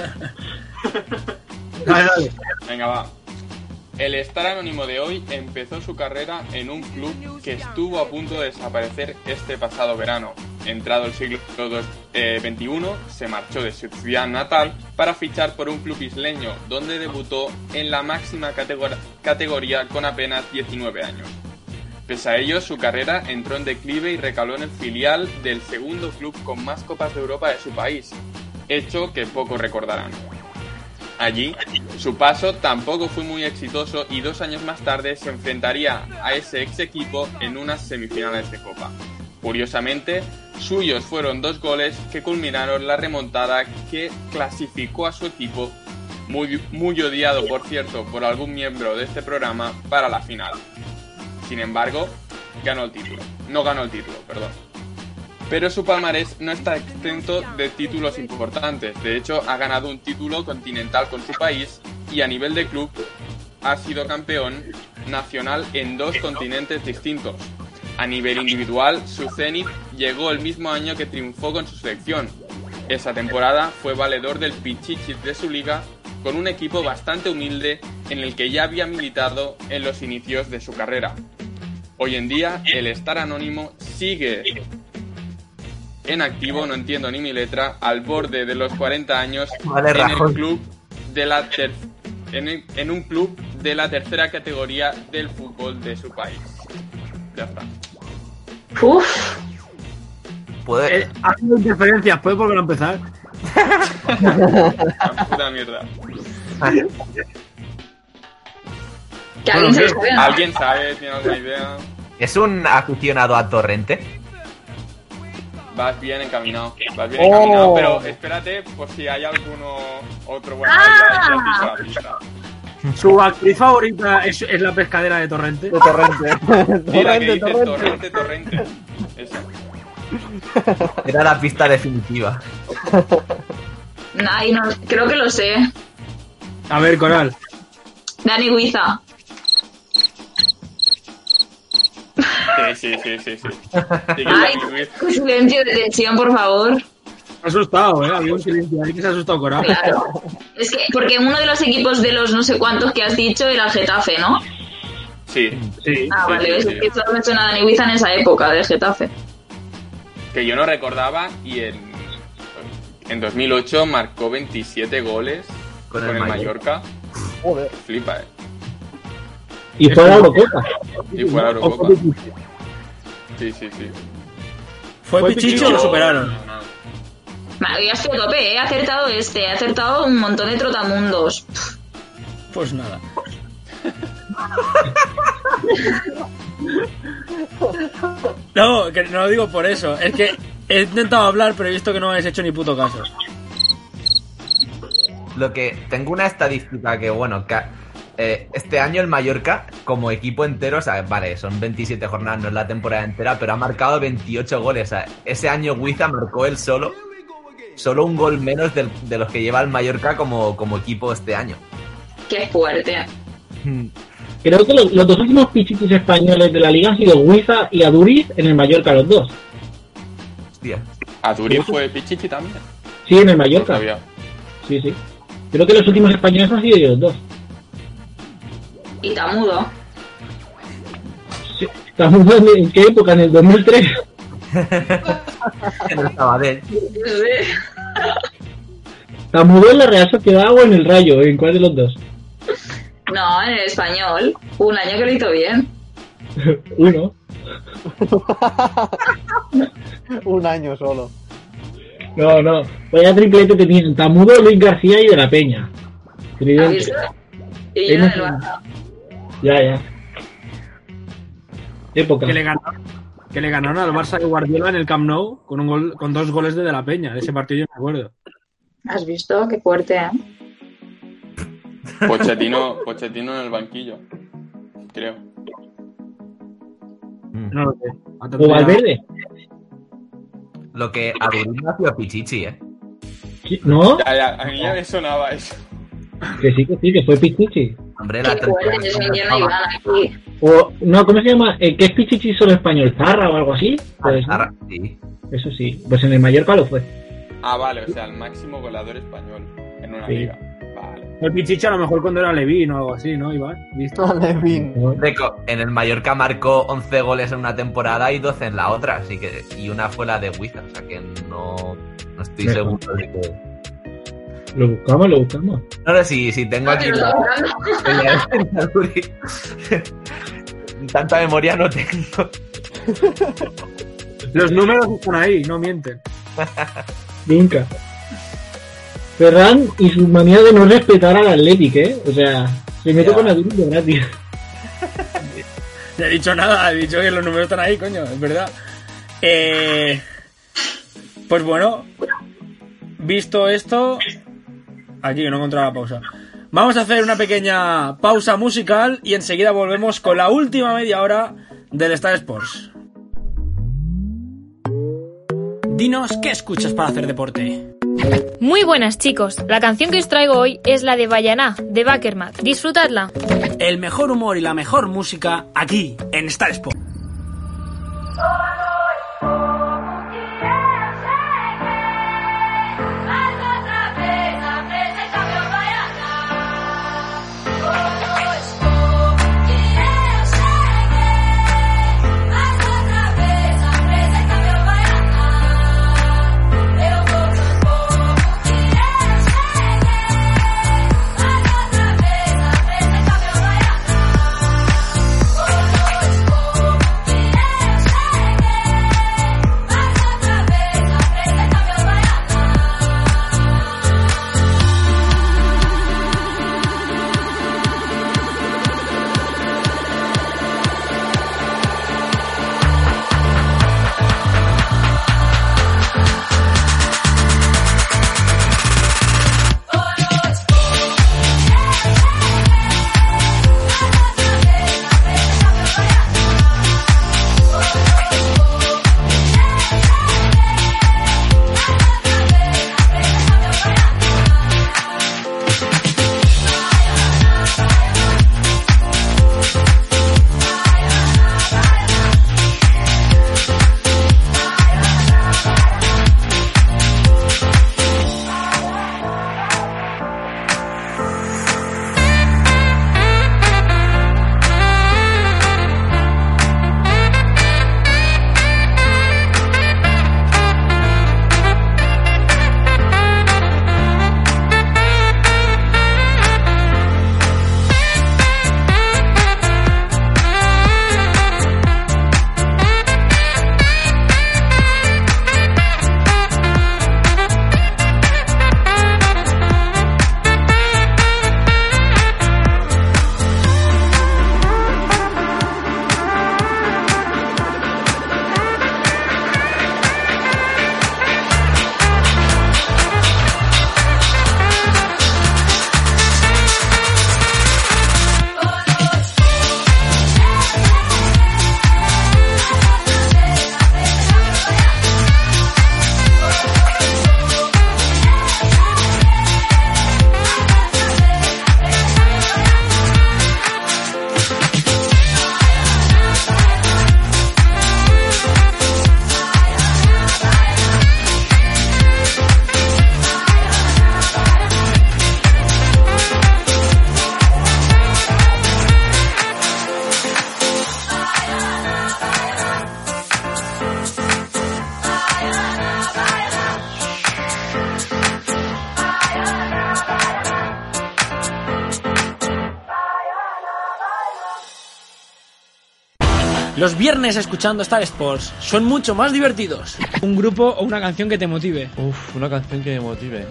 Dale, dale.
Venga, va. El Star Anónimo de hoy empezó su carrera en un club que estuvo a punto de desaparecer este pasado verano. Entrado el siglo veintiuno, se marchó de su ciudad natal para fichar por un club isleño, donde debutó en la máxima categor- categoría con apenas diecinueve años. Pese a ello, su carrera entró en declive y recaló en el filial del segundo club con más Copas de Europa de su país, hecho que pocos recordarán. Allí, su paso tampoco fue muy exitoso y dos años más tarde se enfrentaría a ese ex equipo en unas semifinales de Copa. Curiosamente, suyos fueron dos goles que culminaron la remontada que clasificó a su equipo, muy, muy odiado por cierto por algún miembro de este programa, para la final. Sin embargo, ganó el título. No ganó el título, perdón. Pero su palmarés no está exento de títulos importantes. De hecho, ha ganado un título continental con su país y a nivel de club ha sido campeón nacional en dos continentes distintos. A nivel individual, su Zenit llegó el mismo año que triunfó con su selección. Esa temporada ffue valedor del Pichichi de su liga, con un equipo bastante humilde en el que ya había militado en los inicios de su carrera. Hoy en día, el Star Anónimo sigue en activo, no entiendo ni mi letra, al borde de los cuarenta años
Vale,
en el
Rajoy.
club de la ter- en, el- en un club de la tercera categoría del fútbol de su país. Ya está.
Uf.
Puede...
Eh, ha habido interferencias, ¿puedes volver a empezar?
La puta mierda.
Que alguien se lo sabe, ¿no?
¿Alguien sabe? ¿Tiene alguna idea?
¿Es un aficionado a Torrente?
Vas bien encaminado. Vas bien
Oh.
encaminado, pero espérate por si hay alguno otro. Bueno, ya, ya has dicho la pista.
Su actriz favorita es, es la pescadera de Torrente.
De Torrente.
Sí, la que
Torrente,
dice
Torrente.
torrente, torrente. Esa.
Era la pista definitiva.
Ay, no, creo que lo sé.
A ver, Coral.
Dani Guiza.
Sí, sí, sí, sí, sí. Sí que
Ay,
la Luis.
qué silencio de tensión, por favor.
Me ha asustado, ¿eh? Había un silencio ahí que se ha asustado Coral.
Claro. Es que, porque uno de los equipos de los no sé cuántos que has dicho era el Getafe, ¿no?
Sí.
Sí.
Ah,
Sí,
vale,
sí,
es
sí.
que solo me suena a Dani Guiza en esa época del Getafe.
Que yo no recordaba y en, en dos mil ocho marcó veintisiete goles
Con
con,
el
el
Mallorca.
Mallorca.
Joder.
Flipa, eh.
Y fue a la Eurocopa.
Y fue a la Eurocopa. Sí, sí, sí.
¿Fue Pichichi o lo superaron?
No, no.
Vale, yo estoy a tope, ¿eh? He acertado este, he acertado un montón de trotamundos.
Pues nada. No, que no lo digo por eso. Es que he intentado hablar, pero he visto que no me habéis hecho ni puto caso.
Lo que tengo una estadística que, bueno, que, eh, este año el Mallorca, como equipo entero, o sea, vale, son veintisiete jornadas, no es la temporada entera, pero ha marcado veintiocho goles. O sea, ese año Guiza marcó él solo, solo un gol menos del- de los que lleva el Mallorca como, como equipo este año.
Qué fuerte.
Creo que los, los dos últimos pichichis españoles de la liga han sido Guiza y Aduriz en el Mallorca, los dos.
Hostia.
Aduriz fue Pichichi también.
Sí, en el
No
Mallorca.
sabía.
Sí, sí. Creo que los últimos españoles han sido ellos dos.
Y Tamudo.
Sí. ¿Estamos en, en qué época? ¿En el dos mil tres?
En el Sabadell.
¿Tamudo en la Real Sociedad o en el Rayo? ¿En cuál de los dos?
No, en el español. Un año que lo hizo bien.
Uno.
Un año solo.
No, no. Vaya triplete tenían Tamudo, Luis García y De la Peña.
¿Has
Tridente.
visto? Y yo en el Barça.
Ya, ya. Época.
Que le ganaron, que le ganaron al Barça de Guardiola en el Camp Nou con un gol, con dos goles de De la Peña. De ese partido yo me acuerdo.
¿Has visto? Qué fuerte, ¿eh?
Pochettino, Pochettino en el banquillo. Creo.
No lo sé.
O Valverde.
Lo que Aduriz nació a Pichichi, ¿eh?
Sí, ¿no?
Ya, ya, a mí ya me sonaba eso.
Que sí, que sí, que fue Pichichi.
Hombre, la
Qué fuerte, es mi tierna Iván aquí.
O, no, ¿cómo se llama? Eh, ¿Qué es Pichichi solo español? ¿Zarra o algo así? Pues,
Zarra, sí.
Eso sí. Pues en el Mallorca lo fue.
Ah, vale, o sea, el máximo goleador español en una
Sí.
liga. Vale.
El Pichichi a lo mejor cuando era Levín o algo así, ¿no, Iván? ¿Visto?
Levín.
Reco- En el Mallorca marcó once goles en una temporada y doce en la otra, así que y una fue la de Wizard, o sea que no, no estoy
Mejor.
seguro de que...
Lo buscamos, lo buscamos.
No, no, si, si tengo aquí la... Tanta memoria no tengo.
Los números están ahí, no mienten.
Nunca. Ferran y su manía de no respetar al Athletic, ¿eh? O sea, se mete
Ya.
con Athletic de gratis.
No he dicho nada, he dicho que los números están ahí, coño, es verdad. Eh, pues bueno, visto esto, aquí que no he encontrado la pausa. Vamos a hacer una pequeña pausa musical y enseguida volvemos con la última media hora del Star Sports. Dinos qué escuchas para hacer deporte.
Muy buenas, chicos. La canción que os traigo hoy es la de Bayaná, de Bakermat. Disfrutadla.
El mejor humor y la mejor música aquí en Star Sports. Los viernes escuchando Star Sports son mucho más divertidos. Un grupo o una canción que te motive.
Uf, una canción que me motive.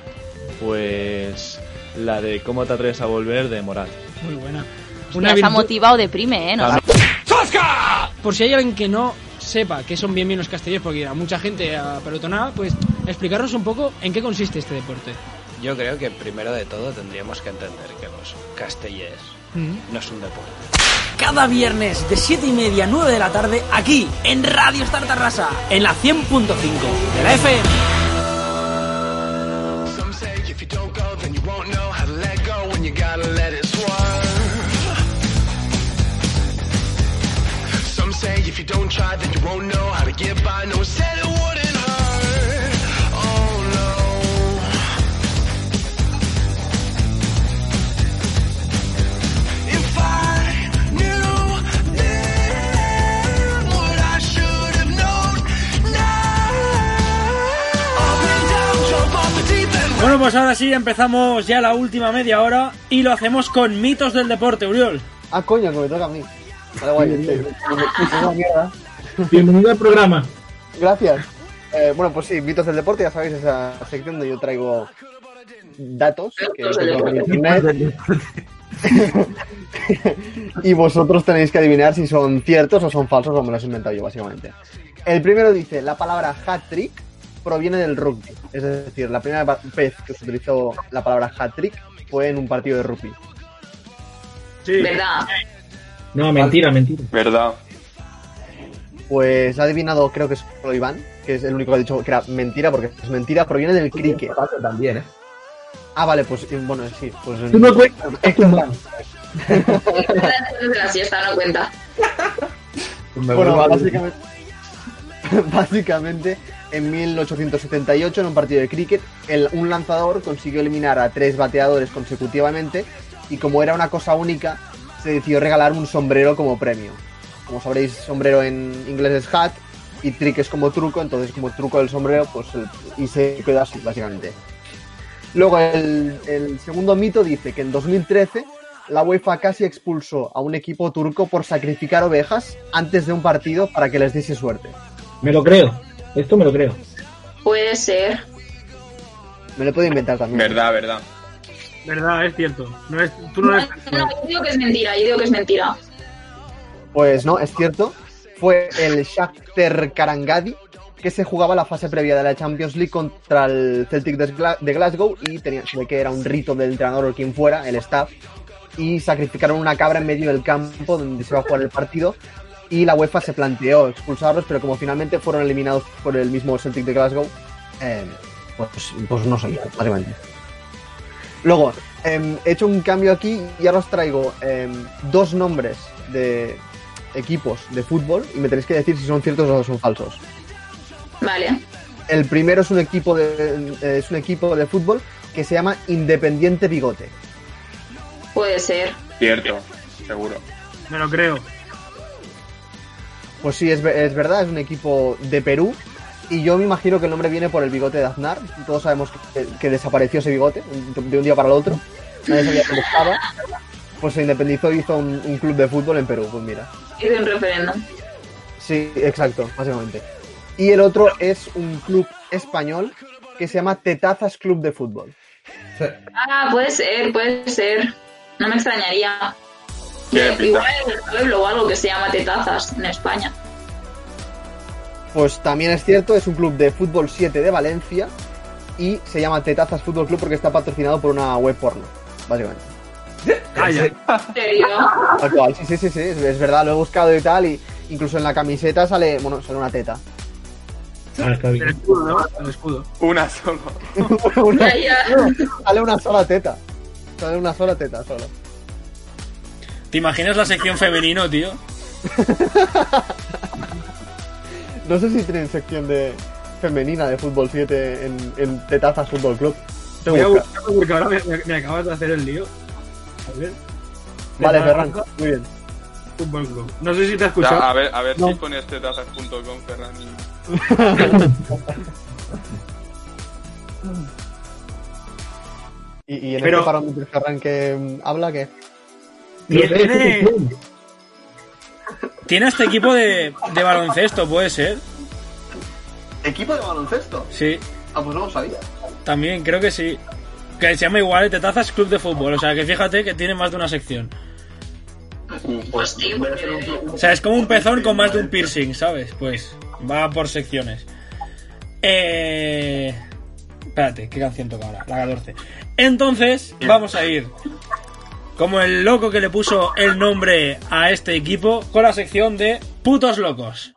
Pues la de ¿Cómo te atreves a volver? De Morat.
Muy buena.
Una virtud... motiva o deprime, ¿eh? ¿No?
¡Zasca! Por si hay alguien que no sepa qué son bien bien los castellers, porque a mucha gente apelotonada, pues explicarnos un poco en qué consiste este deporte.
Yo creo que primero de todo tendríamos que entender que los castellers
Mm.
no es un deporte.
Cada viernes de siete y media a nueve de la tarde, aquí en Radio Star Tarrasa, en la cien punto cinco de la F M.
Some say if you don't try, then you won't know how to get by. No one said it would.
pues ahora sí, empezamos ya la última media hora y lo hacemos con mitos del deporte, Uriol.
Ah, coño, que me toca a mí. Vale, guay, sí, es una mierda.
Bienvenido al programa.
Gracias. Eh, bueno, pues sí, mitos del deporte, ya sabéis, esa sección donde yo traigo datos que encuentro en internet. Y vosotros tenéis que adivinar si son ciertos o son falsos o me los he inventado yo, básicamente. El primero dice, la palabra hat-trick proviene del rugby. Es decir, la primera vez que se utilizó la palabra hat-trick fue en un partido de rugby.
Sí. ¿Verdad?
No, mentira, mentira.
Verdad.
Pues ha adivinado, creo que es solo Iván, que es el único que ha dicho que era mentira, porque es mentira, proviene del cricket.
También, ¿eh?
Ah, vale, pues bueno, sí. Pues
Tú no cuentas, es que en plan.
De la siesta no cuenta.
Bueno, básicamente, básicamente, en mil ochocientos setenta y ocho, en un partido de cricket, el, un lanzador consiguió eliminar a tres bateadores consecutivamente y como era una cosa única, se decidió regalar un sombrero como premio. Como sabréis, sombrero en inglés es hat y trick es como truco, entonces como truco del sombrero, pues el, y se queda así, básicamente. Luego, el, el segundo mito dice que en dos mil trece la UEFA casi expulsó a un equipo turco por sacrificar ovejas antes de un partido para que les diese suerte.
Me lo creo, esto me lo creo.
Puede ser.
Me lo puedo inventar también.
Verdad, verdad.
Verdad, es cierto. No es, tú no,
No,
eres...
no, yo digo que es mentira, yo digo que es mentira.
Pues no, es cierto. Fue el Shakhtar Karangadi que se jugaba la fase previa de la Champions League contra el Celtic de, Gla- de Glasgow y tenía, se ve que era un rito del entrenador o quien fuera, el staff, y sacrificaron una cabra en medio del campo donde se iba a jugar el partido y la UEFA se planteó expulsarlos, pero como finalmente fueron eliminados por el mismo Celtic de Glasgow, eh, pues, pues no sé, básicamente. Luego, eh, he hecho un cambio aquí y ahora os traigo eh, dos nombres de equipos de fútbol y me tenéis que decir si son ciertos o son falsos.
Vale.
El primero es un equipo de eh, es un equipo de fútbol que se llama Independiente Bigote.
Puede ser.
Cierto, seguro.
Me lo creo.
Pues sí, es, es verdad, es un equipo de Perú y yo me imagino que el nombre viene por el bigote de Aznar. Todos sabemos que, que desapareció ese bigote de un día para el otro. Nadie sabía dónde estaba. Pues se independizó y hizo un, un club de fútbol en Perú, pues mira.
Hizo un referéndum.
Sí, exacto, básicamente. Y el otro es un club español que se llama Tetazas Club de Fútbol.
Ah, puede ser, puede ser. No me extrañaría.
¿Qué
Igual hay un pueblo o algo que se llama Tetazas en España.
Pues también es cierto, es un club de fútbol siete de Valencia y se llama Tetazas Fútbol Club porque está patrocinado por una web porno, básicamente.
Calla.
¿En serio?
Tal cual, sí, sí, sí, sí, es, es verdad, lo he buscado y tal, y incluso en la camiseta sale, bueno, sale una teta.
Ah, está bien.
El escudo, ¿no? El escudo.
Una solo.
una,
Ya, ya.
sale una sola teta. Sale una sola teta, solo.
¿Te imaginas la sección femenino, tío?
No sé si tienen sección de femenina de fútbol siete en, en Tetazas Fútbol Club.
Te voy a buscar porque ahora me, me, me acabas de hacer el lío. A ver.
Vale, Ferran, muy bien.
Fútbol Club. No sé si te has escuchado.
A ver, a ver
No.
si pones tetazas punto com, Ferran.
y, y en
Pero-
este parón de Ferran que mm, habla, ¿qué?
Tiene, tiene este equipo de, de baloncesto, puede ser.
¿Equipo de baloncesto?
Sí,
Ah, pues no lo sabía.
también, creo que sí. Que se llama igual, Tetazas Club de Fútbol. O sea, que fíjate que tiene más de una sección.
Pues sí, porque...
O sea, es como un pezón con más de un piercing, ¿sabes? Pues va por secciones. Eh... Espérate, ¿qué canción toca ahora? La catorce. Entonces, vamos a ir como el loco que le puso el nombre a este equipo con la sección de putos locos.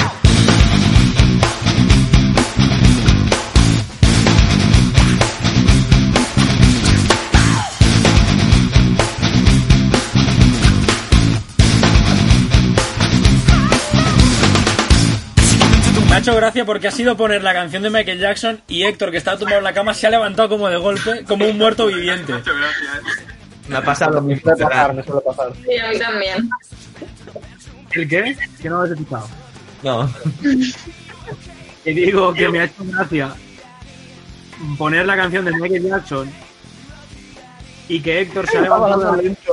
Me ha hecho gracia porque ha sido poner la canción de Michael Jackson y Héctor, que estaba tumbado en la cama, se ha levantado como de golpe, como un muerto viviente.
Me ha pasado lo
Me
mismo.
suele pasar, me suele pasar.
Sí, a mí también.
¿El qué? Que no lo has escuchado.
No.
Que digo que me ha hecho gracia poner la canción de Michael Jackson y que Héctor se ha levantado.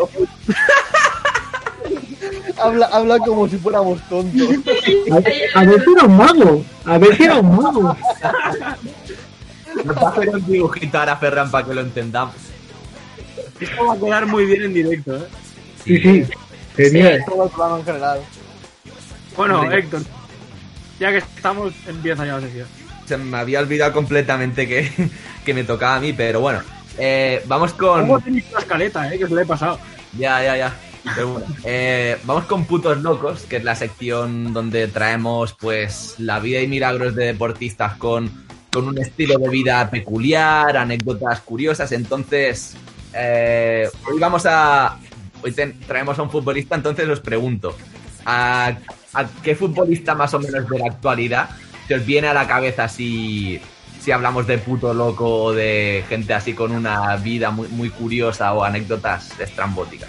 habla, habla como si fuéramos tontos.
A, a ver si era un mago. A ver si era un mago.
Nos va a hacer un dibujito ahora, Ferran, para que lo entendamos.
Esto va a quedar muy bien en directo, ¿eh?
Sí, sí. Genial.
Todo el programa en general.
Bueno,
Hombre.
Héctor, ya que estamos, empieza ya la sección.
Se me había olvidado completamente que, que me tocaba a mí, pero bueno. Eh, vamos con...
¿Cómo tenéis la escaleta, eh? Que se le he pasado.
Ya, ya, ya. Pero bueno, eh, vamos con Putos Locos, que es la sección donde traemos pues la vida y milagros de deportistas con, con un estilo de vida peculiar, anécdotas curiosas. Entonces, eh, hoy vamos a... Hoy ten- traemos a un futbolista, entonces os pregunto, ¿a, ¿a qué futbolista más o menos de la actualidad se os viene a la cabeza si, si hablamos de puto loco o de gente así con una vida muy, muy curiosa o anécdotas estrambóticas?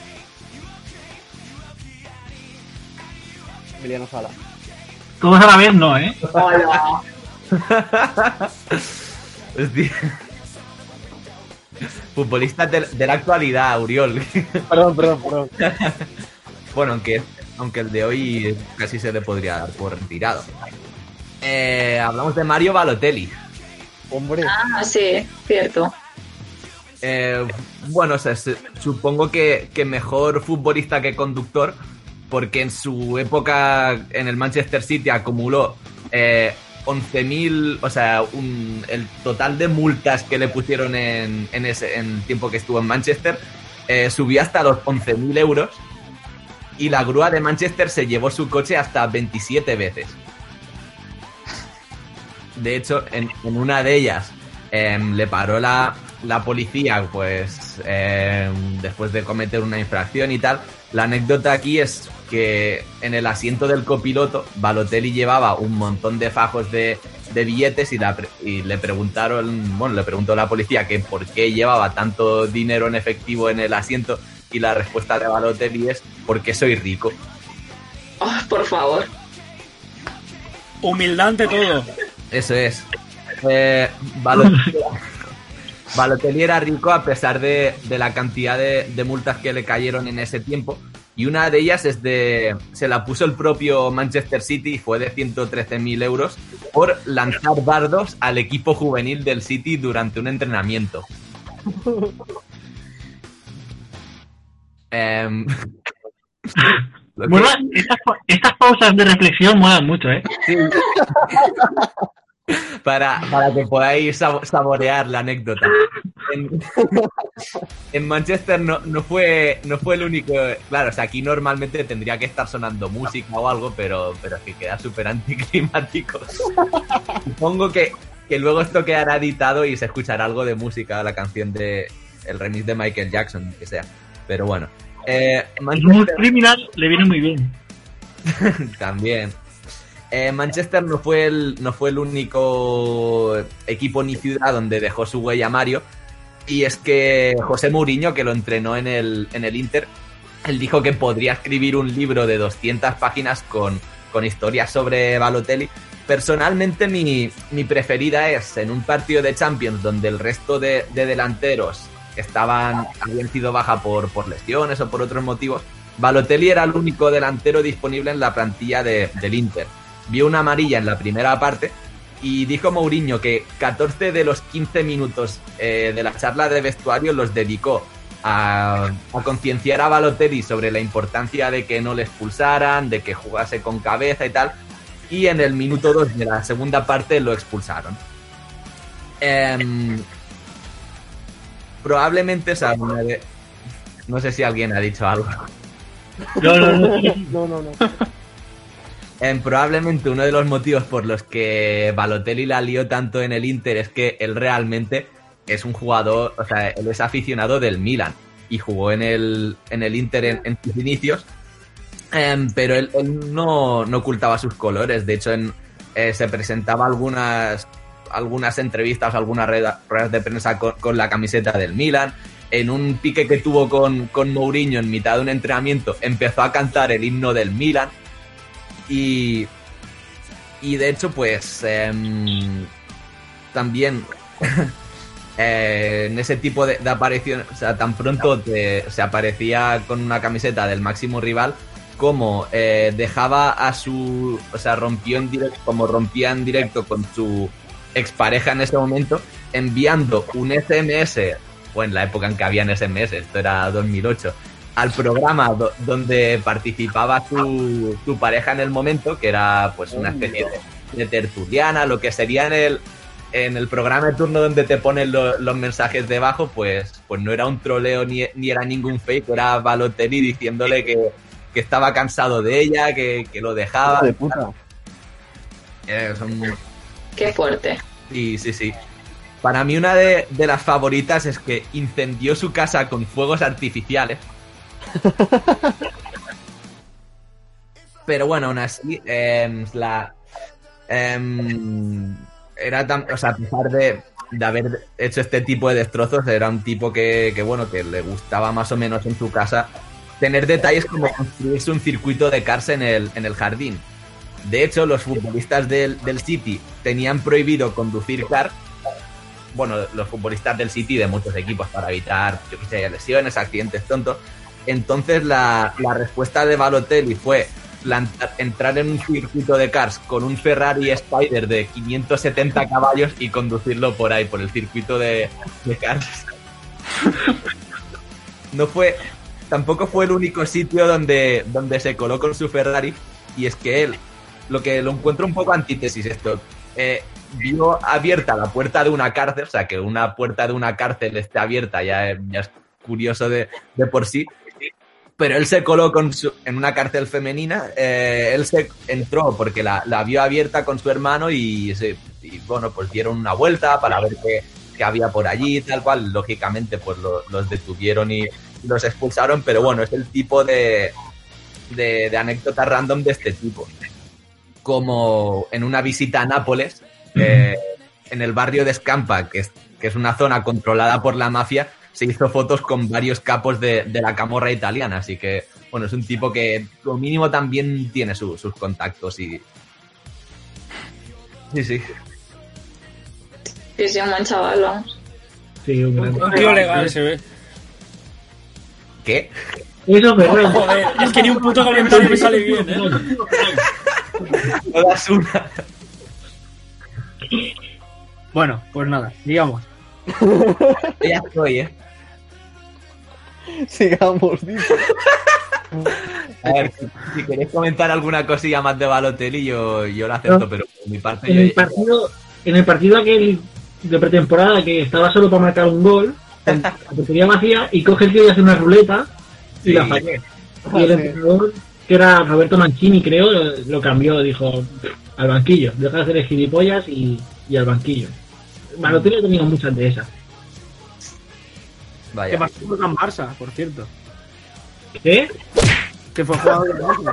Emiliano Sala.
Todos a la vez no, ¿eh?
Hostia. Futbolistas de, de la actualidad, Uriol.
Perdón, perdón, perdón.
Bueno, aunque, aunque el de hoy casi se le podría dar por retirado. Eh, hablamos de Mario Balotelli.
Hombre.
Ah, sí, cierto.
Eh, bueno, o sea, se- supongo que, que mejor futbolista que conductor, porque en su época en el Manchester City acumuló eh, once mil, o sea, un, el total de multas que le pusieron en, en ese en el tiempo que estuvo en Manchester eh, subió hasta los once mil euros, y la grúa de Manchester se llevó su coche hasta veintisiete veces. De hecho, en, en una de ellas eh, le paró la, la policía, pues eh, después de cometer una infracción y tal. La anécdota aquí es que en el asiento del copiloto Balotelli llevaba un montón de fajos de, de billetes y, la, y le preguntaron, bueno, le preguntó la policía que por qué llevaba tanto dinero en efectivo en el asiento, y la respuesta de Balotelli es: porque soy rico.
Oh, por favor.
Humildad ante todo.
Eso es. Eh, Balotelli, Balotelli era rico a pesar de, de la cantidad de, de multas que le cayeron en ese tiempo. Y una de ellas es de... se la puso el propio Manchester City y fue de ciento trece mil euros por lanzar dardos al equipo juvenil del City durante un entrenamiento. Em, lo que-
Mola, estas, pa- estas pausas de reflexión molan mucho, ¿eh?
Sí. Para, para que podáis sabo- saborear la anécdota. En, en Manchester no, no fue no fue el único. Claro, o sea, aquí normalmente tendría que estar sonando música o algo, pero, pero es que queda súper anticlimático. Supongo que, que luego esto quedará editado y se escuchará algo de música, la canción de el remix de Michael Jackson, que sea. Pero bueno. Eh,
Smooth Criminal le viene muy bien.
También. Eh, Manchester no fue el no fue el único equipo ni ciudad donde dejó su huella Mario, y es que José Mourinho, que lo entrenó en el, en el Inter, él dijo que podría escribir un libro de doscientas páginas con, con historias sobre Balotelli. Personalmente mi, mi preferida es en un partido de Champions donde el resto de, de delanteros estaban habían sido baja por, por lesiones o por otros motivos. Balotelli era el único delantero disponible en la plantilla de, del Inter. Vio una amarilla en la primera parte y dijo Mourinho que catorce de los quince minutos eh, de la charla de vestuario los dedicó a, a concienciar a Balotelli sobre la importancia de que no le expulsaran, de que jugase con cabeza y tal, y en el minuto dos de la segunda parte lo expulsaron. Eh, probablemente, o sea, una de- no sé si alguien ha dicho algo.
No, no, no.
No, no, no.
Eh, probablemente uno de los motivos por los que Balotelli la lió tanto en el Inter es que él realmente es un jugador, o sea, él es aficionado del Milan y jugó en el, en el Inter en, en sus inicios, eh, pero él, él no, no ocultaba sus colores. De hecho, en, eh, se presentaba algunas, algunas entrevistas, algunas ruedas ruedas de prensa con, con la camiseta del Milan. En un pique que tuvo con, con Mourinho en mitad de un entrenamiento, empezó a cantar el himno del Milan. Y, y de hecho, pues eh, también eh, en ese tipo de, de aparición, o sea, tan pronto te, se aparecía con una camiseta del máximo rival, como eh, dejaba a su, o sea, rompió en directo, como rompía en directo con su expareja en ese momento, enviando un S M S, o en la época en que habían S M S, esto era dos mil ocho, al programa do, donde participaba su, su pareja en el momento, que era pues una especie de, de tertuliana, lo que sería en el en el programa de turno donde te ponen lo, los mensajes debajo, pues, pues no era un troleo ni, ni era ningún fake, era Balotelli diciéndole que, que estaba cansado de ella, que, que lo dejaba.
De puta.
Eh, son...
Qué fuerte.
Sí, sí, sí. Para mí una de, de las favoritas es que incendió su casa con fuegos artificiales. Pero bueno, aún así, eh, la... Eh, era tan, o sea, a pesar de, de haber hecho este tipo de destrozos, era un tipo que, que, bueno, que le gustaba más o menos en su casa tener detalles como construirse un circuito de cars en el, en el jardín. De hecho, los futbolistas del, del City tenían prohibido conducir cars, bueno, los futbolistas del City de muchos equipos, para evitar, yo qué sé, lesiones, accidentes tontos. Entonces la, la respuesta de Balotelli fue plantar, entrar en un circuito de cars con un Ferrari Spider de quinientos setenta caballos y conducirlo por ahí, por el circuito de, de cars. No fue, tampoco fue el único sitio donde, donde se coló con su Ferrari, y es que él, lo que lo encuentro un poco antítesis esto, eh, vio abierta la puerta de una cárcel, o sea, que una puerta de una cárcel esté abierta ya, ya es curioso de, de por sí. Pero él se coló con su, en una cárcel femenina, eh, él se entró porque la, la vio abierta con su hermano y, se, y bueno, pues dieron una vuelta para ver qué, qué había por allí y tal cual. Lógicamente pues lo, los detuvieron y los expulsaron, pero bueno, es el tipo de, de, de anécdota random de este tipo. Como en una visita a Nápoles, eh, en el barrio de Scampa, que es, que es una zona controlada por la mafia, se hizo fotos con varios capos de, de la camorra italiana, así que, bueno, es un tipo que, como mínimo, también tiene su, sus contactos y... Sí, sí.
Sí, sí, un buen chaval, vamos.
Sí, un gran...
Un tío legal se ve.
¿Qué?
Eso, pero...
Joder, es que ni un puto comentario me sale bien, ¿eh?
No das una.
Bueno, pues nada, digamos.
Ya estoy, ¿eh?
Sigamos, dice.
A ver, si, si queréis comentar alguna cosilla más de Balotelli, yo, yo lo acepto, no, pero por mi parte...
En,
yo...
el partido, en el partido aquel de pretemporada que estaba solo para marcar un gol, la portería vacía, y coge el tío y hace una ruleta y sí. la fallé. Y el entrenador, que era Roberto Mancini, creo, lo, lo cambió, dijo al banquillo, deja de hacer el gilipollas y, y al banquillo. Balotelli ha tenido muchas de esas.
Vaya. Que pasó con Barça, por cierto.
¿Qué?
Que fue jugador de Barça.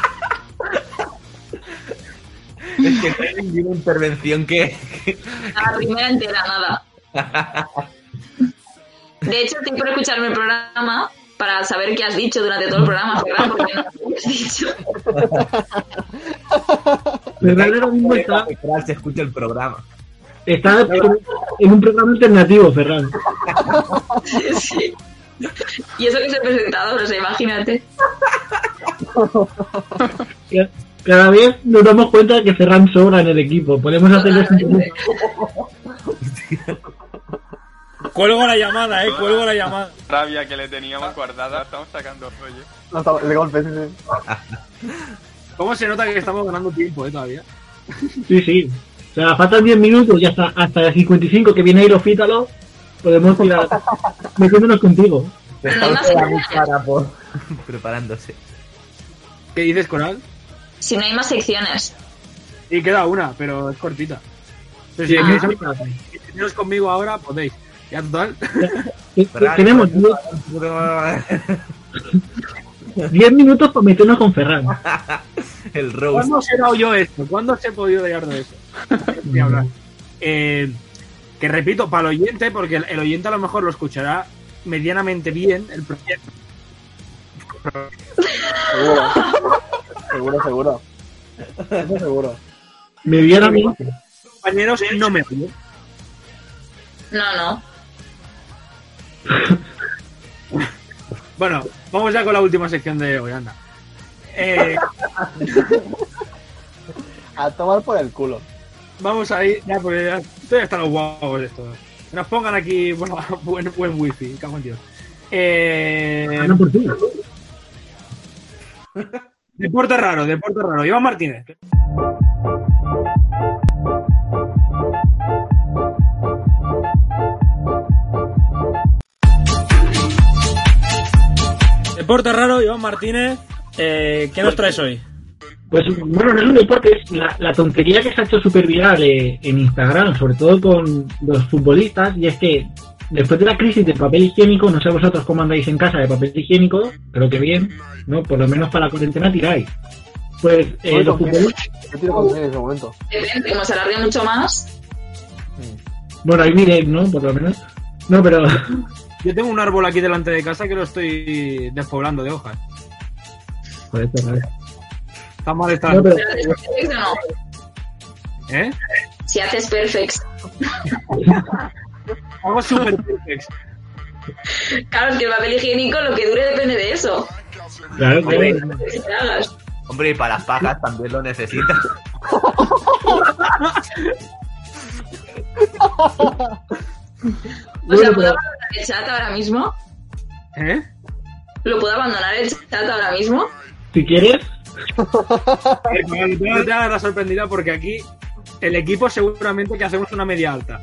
Es que no hay ninguna intervención que...
La primera entera, nada. De hecho, estoy por escucharme el programa para saber qué has dicho durante todo el programa, Ferran, porque no sé qué has dicho.
Ferran ahora mismo está...
Se escucha el programa.
Está en un programa alternativo, Ferran.
Sí. Y eso que es el presentador, o sea, imagínate.
Cada vez nos damos cuenta de que Ferran sobra en el equipo. Podemos hacerlo sin...
Cuelgo la llamada, eh, cuelgo la llamada.
Rabia que le teníamos guardada, estamos sacando rollo.
No, estamos, de golpe, sí, sí.
¿Cómo se nota que estamos ganando tiempo, eh, todavía?
Sí, sí. O sea, faltan diez minutos y hasta, hasta el cincuenta y cinco que viene Aerofítalo, podemos ir a... metiéndonos contigo.
Para por... preparándose.
¿Qué dices, Coral?
Si no hay más secciones.
Sí, queda una, pero es cortita. Pero si
Ah.
queréis meteros conmigo ahora, podéis. Ya, total.
Tenemos diez minutos para meternos con Ferran.
El roast.
¿Cuándo se he dado yo esto? ¿Cuándo se he podido dar de eso? Voy a hablar. Eh, que repito, para el oyente, porque el, el oyente a lo mejor lo escuchará medianamente bien. El proyecto.
Seguro. Seguro, seguro. Eso seguro.
Medianamente.
Compañeros, no me oyen.
No, no.
Bueno, vamos ya con la última sección de hoy, anda. Eh,
A tomar por el culo.
vamos a ir, ya, porque ya estoy hasta los guapos esto. Que nos pongan aquí bueno, buen, buen wifi, cago en Dios. Eh,
Ah, no, por ti.
deporte raro, deporte raro. Iván Martínez. Deporte raro, Iván Martínez. Eh, ¿Qué nos traes hoy?
Pues bueno, no es un deporte, es la, la tontería que se ha hecho súper viral eh, en Instagram, sobre todo con los futbolistas, y es que después de la crisis del papel higiénico, no sé vosotros cómo andáis en casa de papel higiénico, pero que bien, ¿no? Por lo menos para la cuarentena tiráis. Pues eh, los futbolistas...
Yo tiro con en ese momento.
Depende, como se alargue mucho más.
Bueno, ahí miréis, ¿no? Por lo menos. No, pero...
Yo tengo un árbol aquí delante de casa que lo estoy despoblando de hojas.
Joder, qué raro.
Está mal está.
No, pero-
Pero ¿haces perfect o no?
¿Eh?
Si haces perfect.
Hago super perfect.
Claro, es que el papel higiénico lo que dure depende de eso.
Claro, claro.
Hombre,
Que te hagas.
hombre, y para las pajas también lo necesitas.
O sea, ¿puedo abandonar el chat ahora mismo?
¿Eh?
¿Lo puedo abandonar el chat ahora mismo?
Si quieres...
Eh, bueno, te voy a dar la sorprendida porque aquí el equipo seguramente que hacemos una media alta.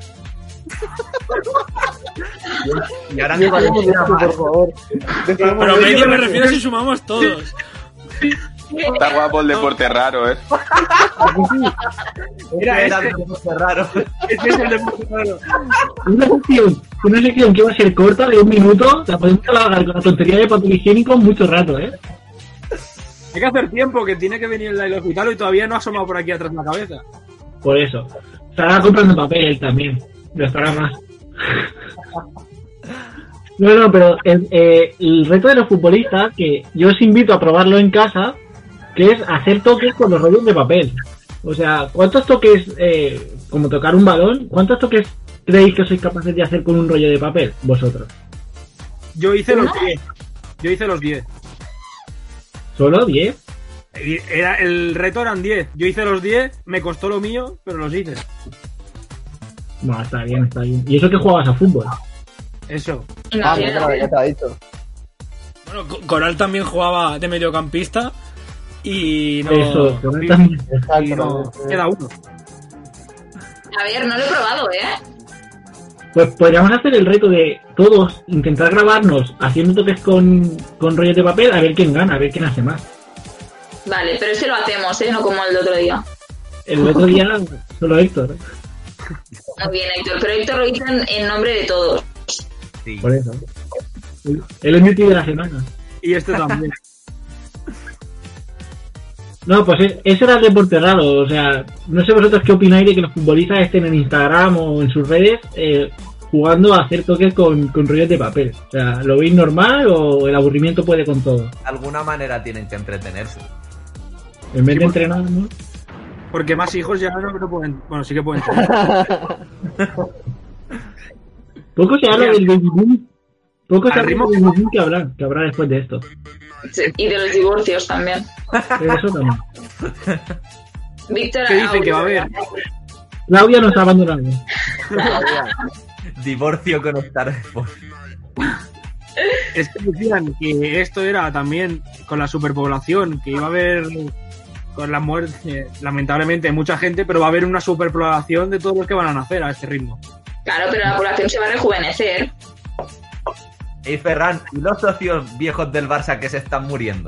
Y ahora
Yo
mismo
tengo mucho, por favor.
Pero medio me refiero si sumamos todos.
Está guapo el deporte raro, ¿eh?
Mira,
era
este,
un deporte raro.
este es el deporte raro.
Una sección, una sección que va a ser corta, de un minuto, la podemos alargar con la tontería de papel higiénico mucho rato, ¿eh?
Hay que hacer tiempo, que tiene que venir el hospital y todavía no ha asomado por aquí atrás la cabeza.
Por eso. Estará comprando papel él también. Lo estará más. No, no, pero el, eh, el reto de los futbolistas, que yo os invito a probarlo en casa, que es hacer toques con los rollos de papel. O sea, ¿cuántos toques, eh, como tocar un balón, cuántos toques creéis que sois capaces de hacer con un rollo de papel? Vosotros.
Yo hice los diez. Yo hice los diez.
¿Solo diez?
Y Era, el reto eran diez. Yo hice los diez, me costó lo mío, pero los hice.
No, está bien, está bien. ¿Y eso que jugabas a fútbol?
Eso.
Ah, mira, ya te ha dicho.
Bueno, Co- Coral también jugaba de mediocampista y no...
Eso, Coral también.
y no- queda uno.
A ver, no lo he probado, ¿eh?
Pues podríamos hacer el reto de todos intentar grabarnos haciendo toques con, con rollos de papel a ver quién gana, a ver quién hace más.
Vale, pero ese lo hacemos, ¿eh? No como el de otro día.
El otro día solo Héctor,
Muy bien, Héctor. Pero Héctor lo hizo en, en nombre de todos.
Sí.
por eso. El M V P de la semana.
Y este también.
No, pues e- ese era el deporte raro, o sea, no sé vosotros qué opináis de que los futbolistas estén en Instagram o en sus redes eh, jugando a hacer toques con, con rollos de papel. O sea, ¿lo veis normal o el aburrimiento puede con todo?
De alguna manera tienen que entretenerse.
En vez de
Sí, porque-
entrenar, ¿no?
Porque más hijos ya no, no pueden. Bueno, sí que pueden tener.
Poco se habla del baby boom. Poco se
Al
habla del
ritmo-
baby boom que habrá, que habrá después de esto.
Sí, y de los divorcios también.
Pero eso también.
Víctor,
¿Qué dicen que va a haber?
Claudia nos ha abandonado.
Divorcio con Star Sport.
Es que decían que esto era también con la superpoblación, que iba a haber con la muerte, lamentablemente, de mucha gente, pero va a haber una superpoblación de todos los que van a nacer a este ritmo.
Claro, pero la población se va a rejuvenecer.
Ey, Ferran, ¿y los socios viejos del Barça que se están muriendo?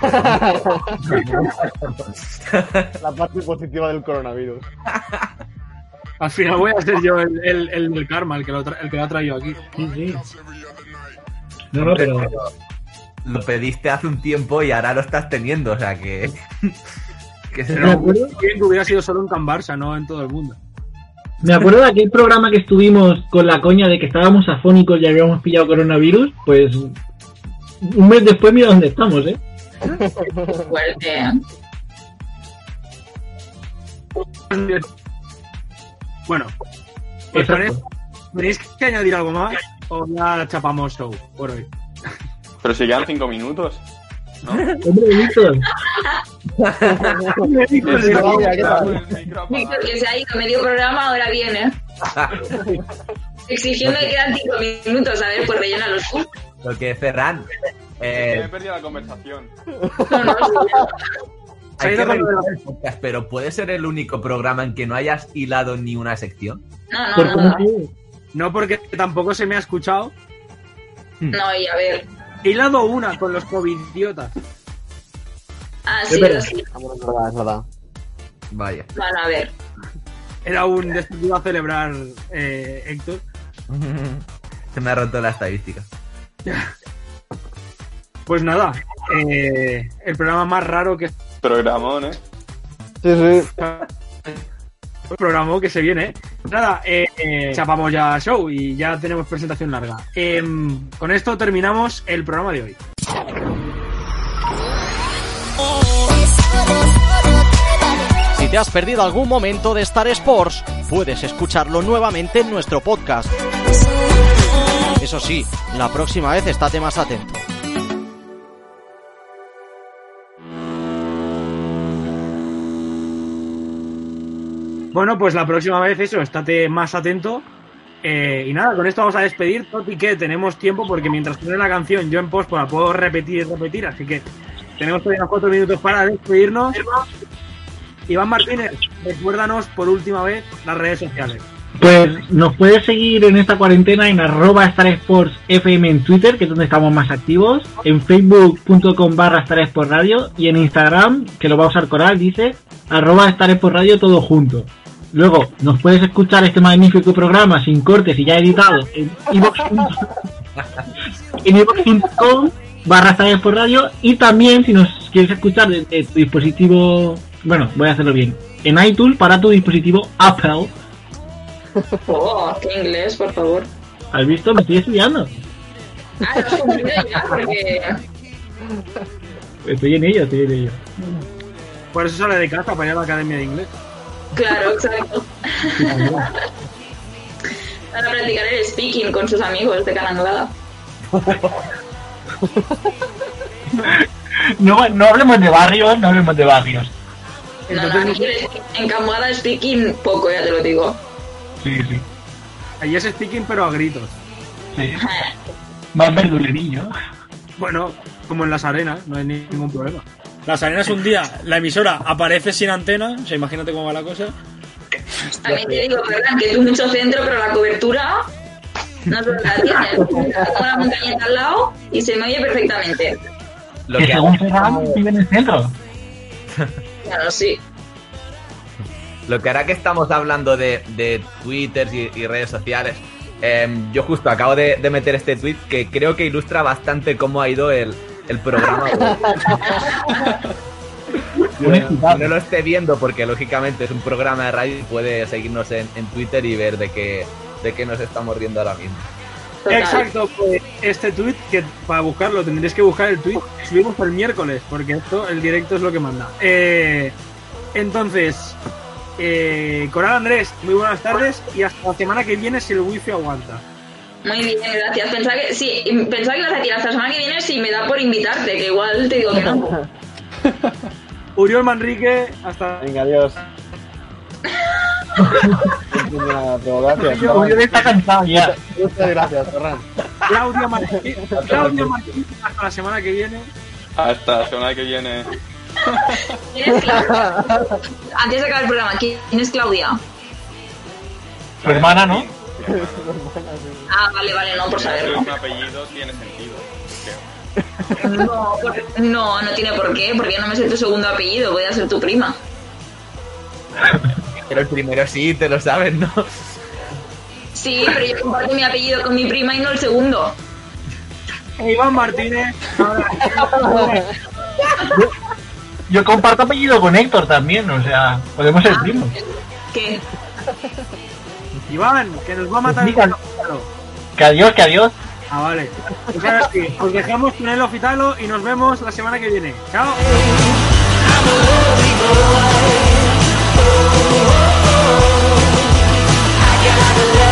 La parte positiva del coronavirus.
Al final voy a ser yo el, el, el del karma, el que, lo tra- el que lo ha traído aquí.
Sí, sí. No, no, pero...
Lo pediste hace un tiempo y ahora lo estás teniendo, o sea que... que se
Pero bien que hubiera sido solo en Can Barça, no en todo el mundo.
Me acuerdo de aquel programa que estuvimos con la coña de que estábamos afónicos y habíamos pillado coronavirus, pues un mes después mira dónde estamos, ¿eh?
Fuerte, ¿eh?
Bueno,
Exacto.
¿tenéis, ¿tenéis que añadir algo más? o ya chapamos show por hoy.
Pero si quedan cinco minutos, ¿no?
Hombre, Víctor.
Víctor, que se ha ido medio programa, ahora viene. Exigiendo que quedan cinco minutos, a ver, pues rellénalos tú.
Lo que Ferran. Eh,
He perdido la conversación.
No, no,
hay que revisar el podcast, pero ¿puede ser el único programa en que no hayas hilado ni una sección?
No, no, no. No,
no porque tampoco se me ha escuchado.
No, y a ver.
He hilado una con los covidiotas.
Ah, sí, lo sí.
Es verdad, es verdad.
Vaya.
Bueno, a ver.
Era un despido a celebrar, eh, Héctor.
Se me ha roto la estadística.
Pues nada, eh, el programa más raro que...
Programón, ¿eh?
Sí, sí.
El programa que se viene, ¿eh? Nada, eh, eh, chapamos ya show y ya tenemos presentación larga. Eh, con esto terminamos el programa de hoy.
Si te has perdido algún momento de Star Sports, puedes escucharlo nuevamente en nuestro podcast. Eso sí, la próxima vez estate más atento.
Bueno, pues la próxima vez eso, estate más atento. Eh, y nada, con esto vamos a despedir. Toti que tenemos tiempo porque mientras pone la canción yo en post la puedo repetir y repetir, así que tenemos todavía unos cuatro minutos para despedirnos. Iván Martínez, recuérdanos por última vez las redes sociales.
Pues nos puedes seguir en esta cuarentena en arroba Star Sports F M en Twitter, que es donde estamos más activos, en facebook punto com barra Star Sports Radio y en Instagram, que lo va a usar Coral, dice, arroba Star Sports Radio todo junto. Luego, nos puedes escuchar este magnífico programa sin cortes y ya editado en iVoox punto com barra Star Sports Radio y también, si nos quieres escuchar de, de tu dispositivo, bueno, voy a hacerlo bien, en iTunes para tu dispositivo Apple.
Oh, qué inglés, por favor.
¿Has visto? Me estoy estudiando.
Ah, lo has cumplido ya, porque...
Estoy en ello, estoy en ello.
Por eso sale de casa para ir a la academia de inglés.
Claro, exacto. Para practicar el speaking con sus amigos de Cananglada.
No, no hablemos de barrios, no hablemos de barrios.
No, no, aquí en Camboada speaking poco, ya te lo digo.
Sí, sí.
Ahí es speaking pero a gritos.
Sí. Más verdulerillo.
Bueno, como en las arenas, no hay ningún problema. Las arenas un día, la emisora aparece sin antena, o sea, imagínate cómo va la cosa.
También te digo, ¿verdad? Que tú mucho centro, pero la cobertura no se la tienes. Tengo la montañita al lado y se me oye perfectamente.
Lo que, que según Ferran vive en el centro.
Claro, sí.
Lo que hará que estamos hablando de, de Twitter y, y redes sociales, eh, yo justo acabo de, de meter este tweet que creo que ilustra bastante cómo ha ido el, el programa. No, no lo esté viendo porque lógicamente es un programa de radio y puede seguirnos en, en Twitter y ver de qué, de qué nos estamos riendo ahora mismo.
Exacto, pues este tweet, que para buscarlo tendréis que buscar el tweet, subimos el miércoles, porque esto, el directo es lo que manda. Eh, entonces, eh, Coral Andrés, muy buenas tardes y hasta la semana que viene si el wifi aguanta.
Muy bien, gracias. Pensaba que, sí, pensaba que ibas a decir hasta la semana que viene si me da por invitarte, que igual te digo que no.
Uriol Manrique, hasta...
Venga, adiós. Gracias.
Uriol está cansado ya.
Muchas gracias, Ferran.
Claudia Martín, Claudia Martín, hasta la semana que viene.
Hasta la semana que viene.
¿Quién es Claudia? Antes de acabar el programa, ¿quién es Claudia?
Tu hermana, ¿no?
Ah, vale, vale, no, por saberlo.
Un apellido tiene sentido.
No, por, no, no tiene por qué, porque yo no me sé tu segundo apellido, voy a ser tu prima.
Pero el primero sí, te lo sabes, ¿no?
Sí, pero yo comparto mi apellido con mi prima y no el segundo.
Iván Martínez.
yo, yo comparto apellido con Héctor también, o sea, podemos ser primos.
¿Qué?
Iván, que nos va a matar el Ofitalo.
Que adiós, que adiós.
Ah, vale. Pues ahora sí, os dejamos con el Ofitalo y nos vemos la semana que viene. Chao. I gotta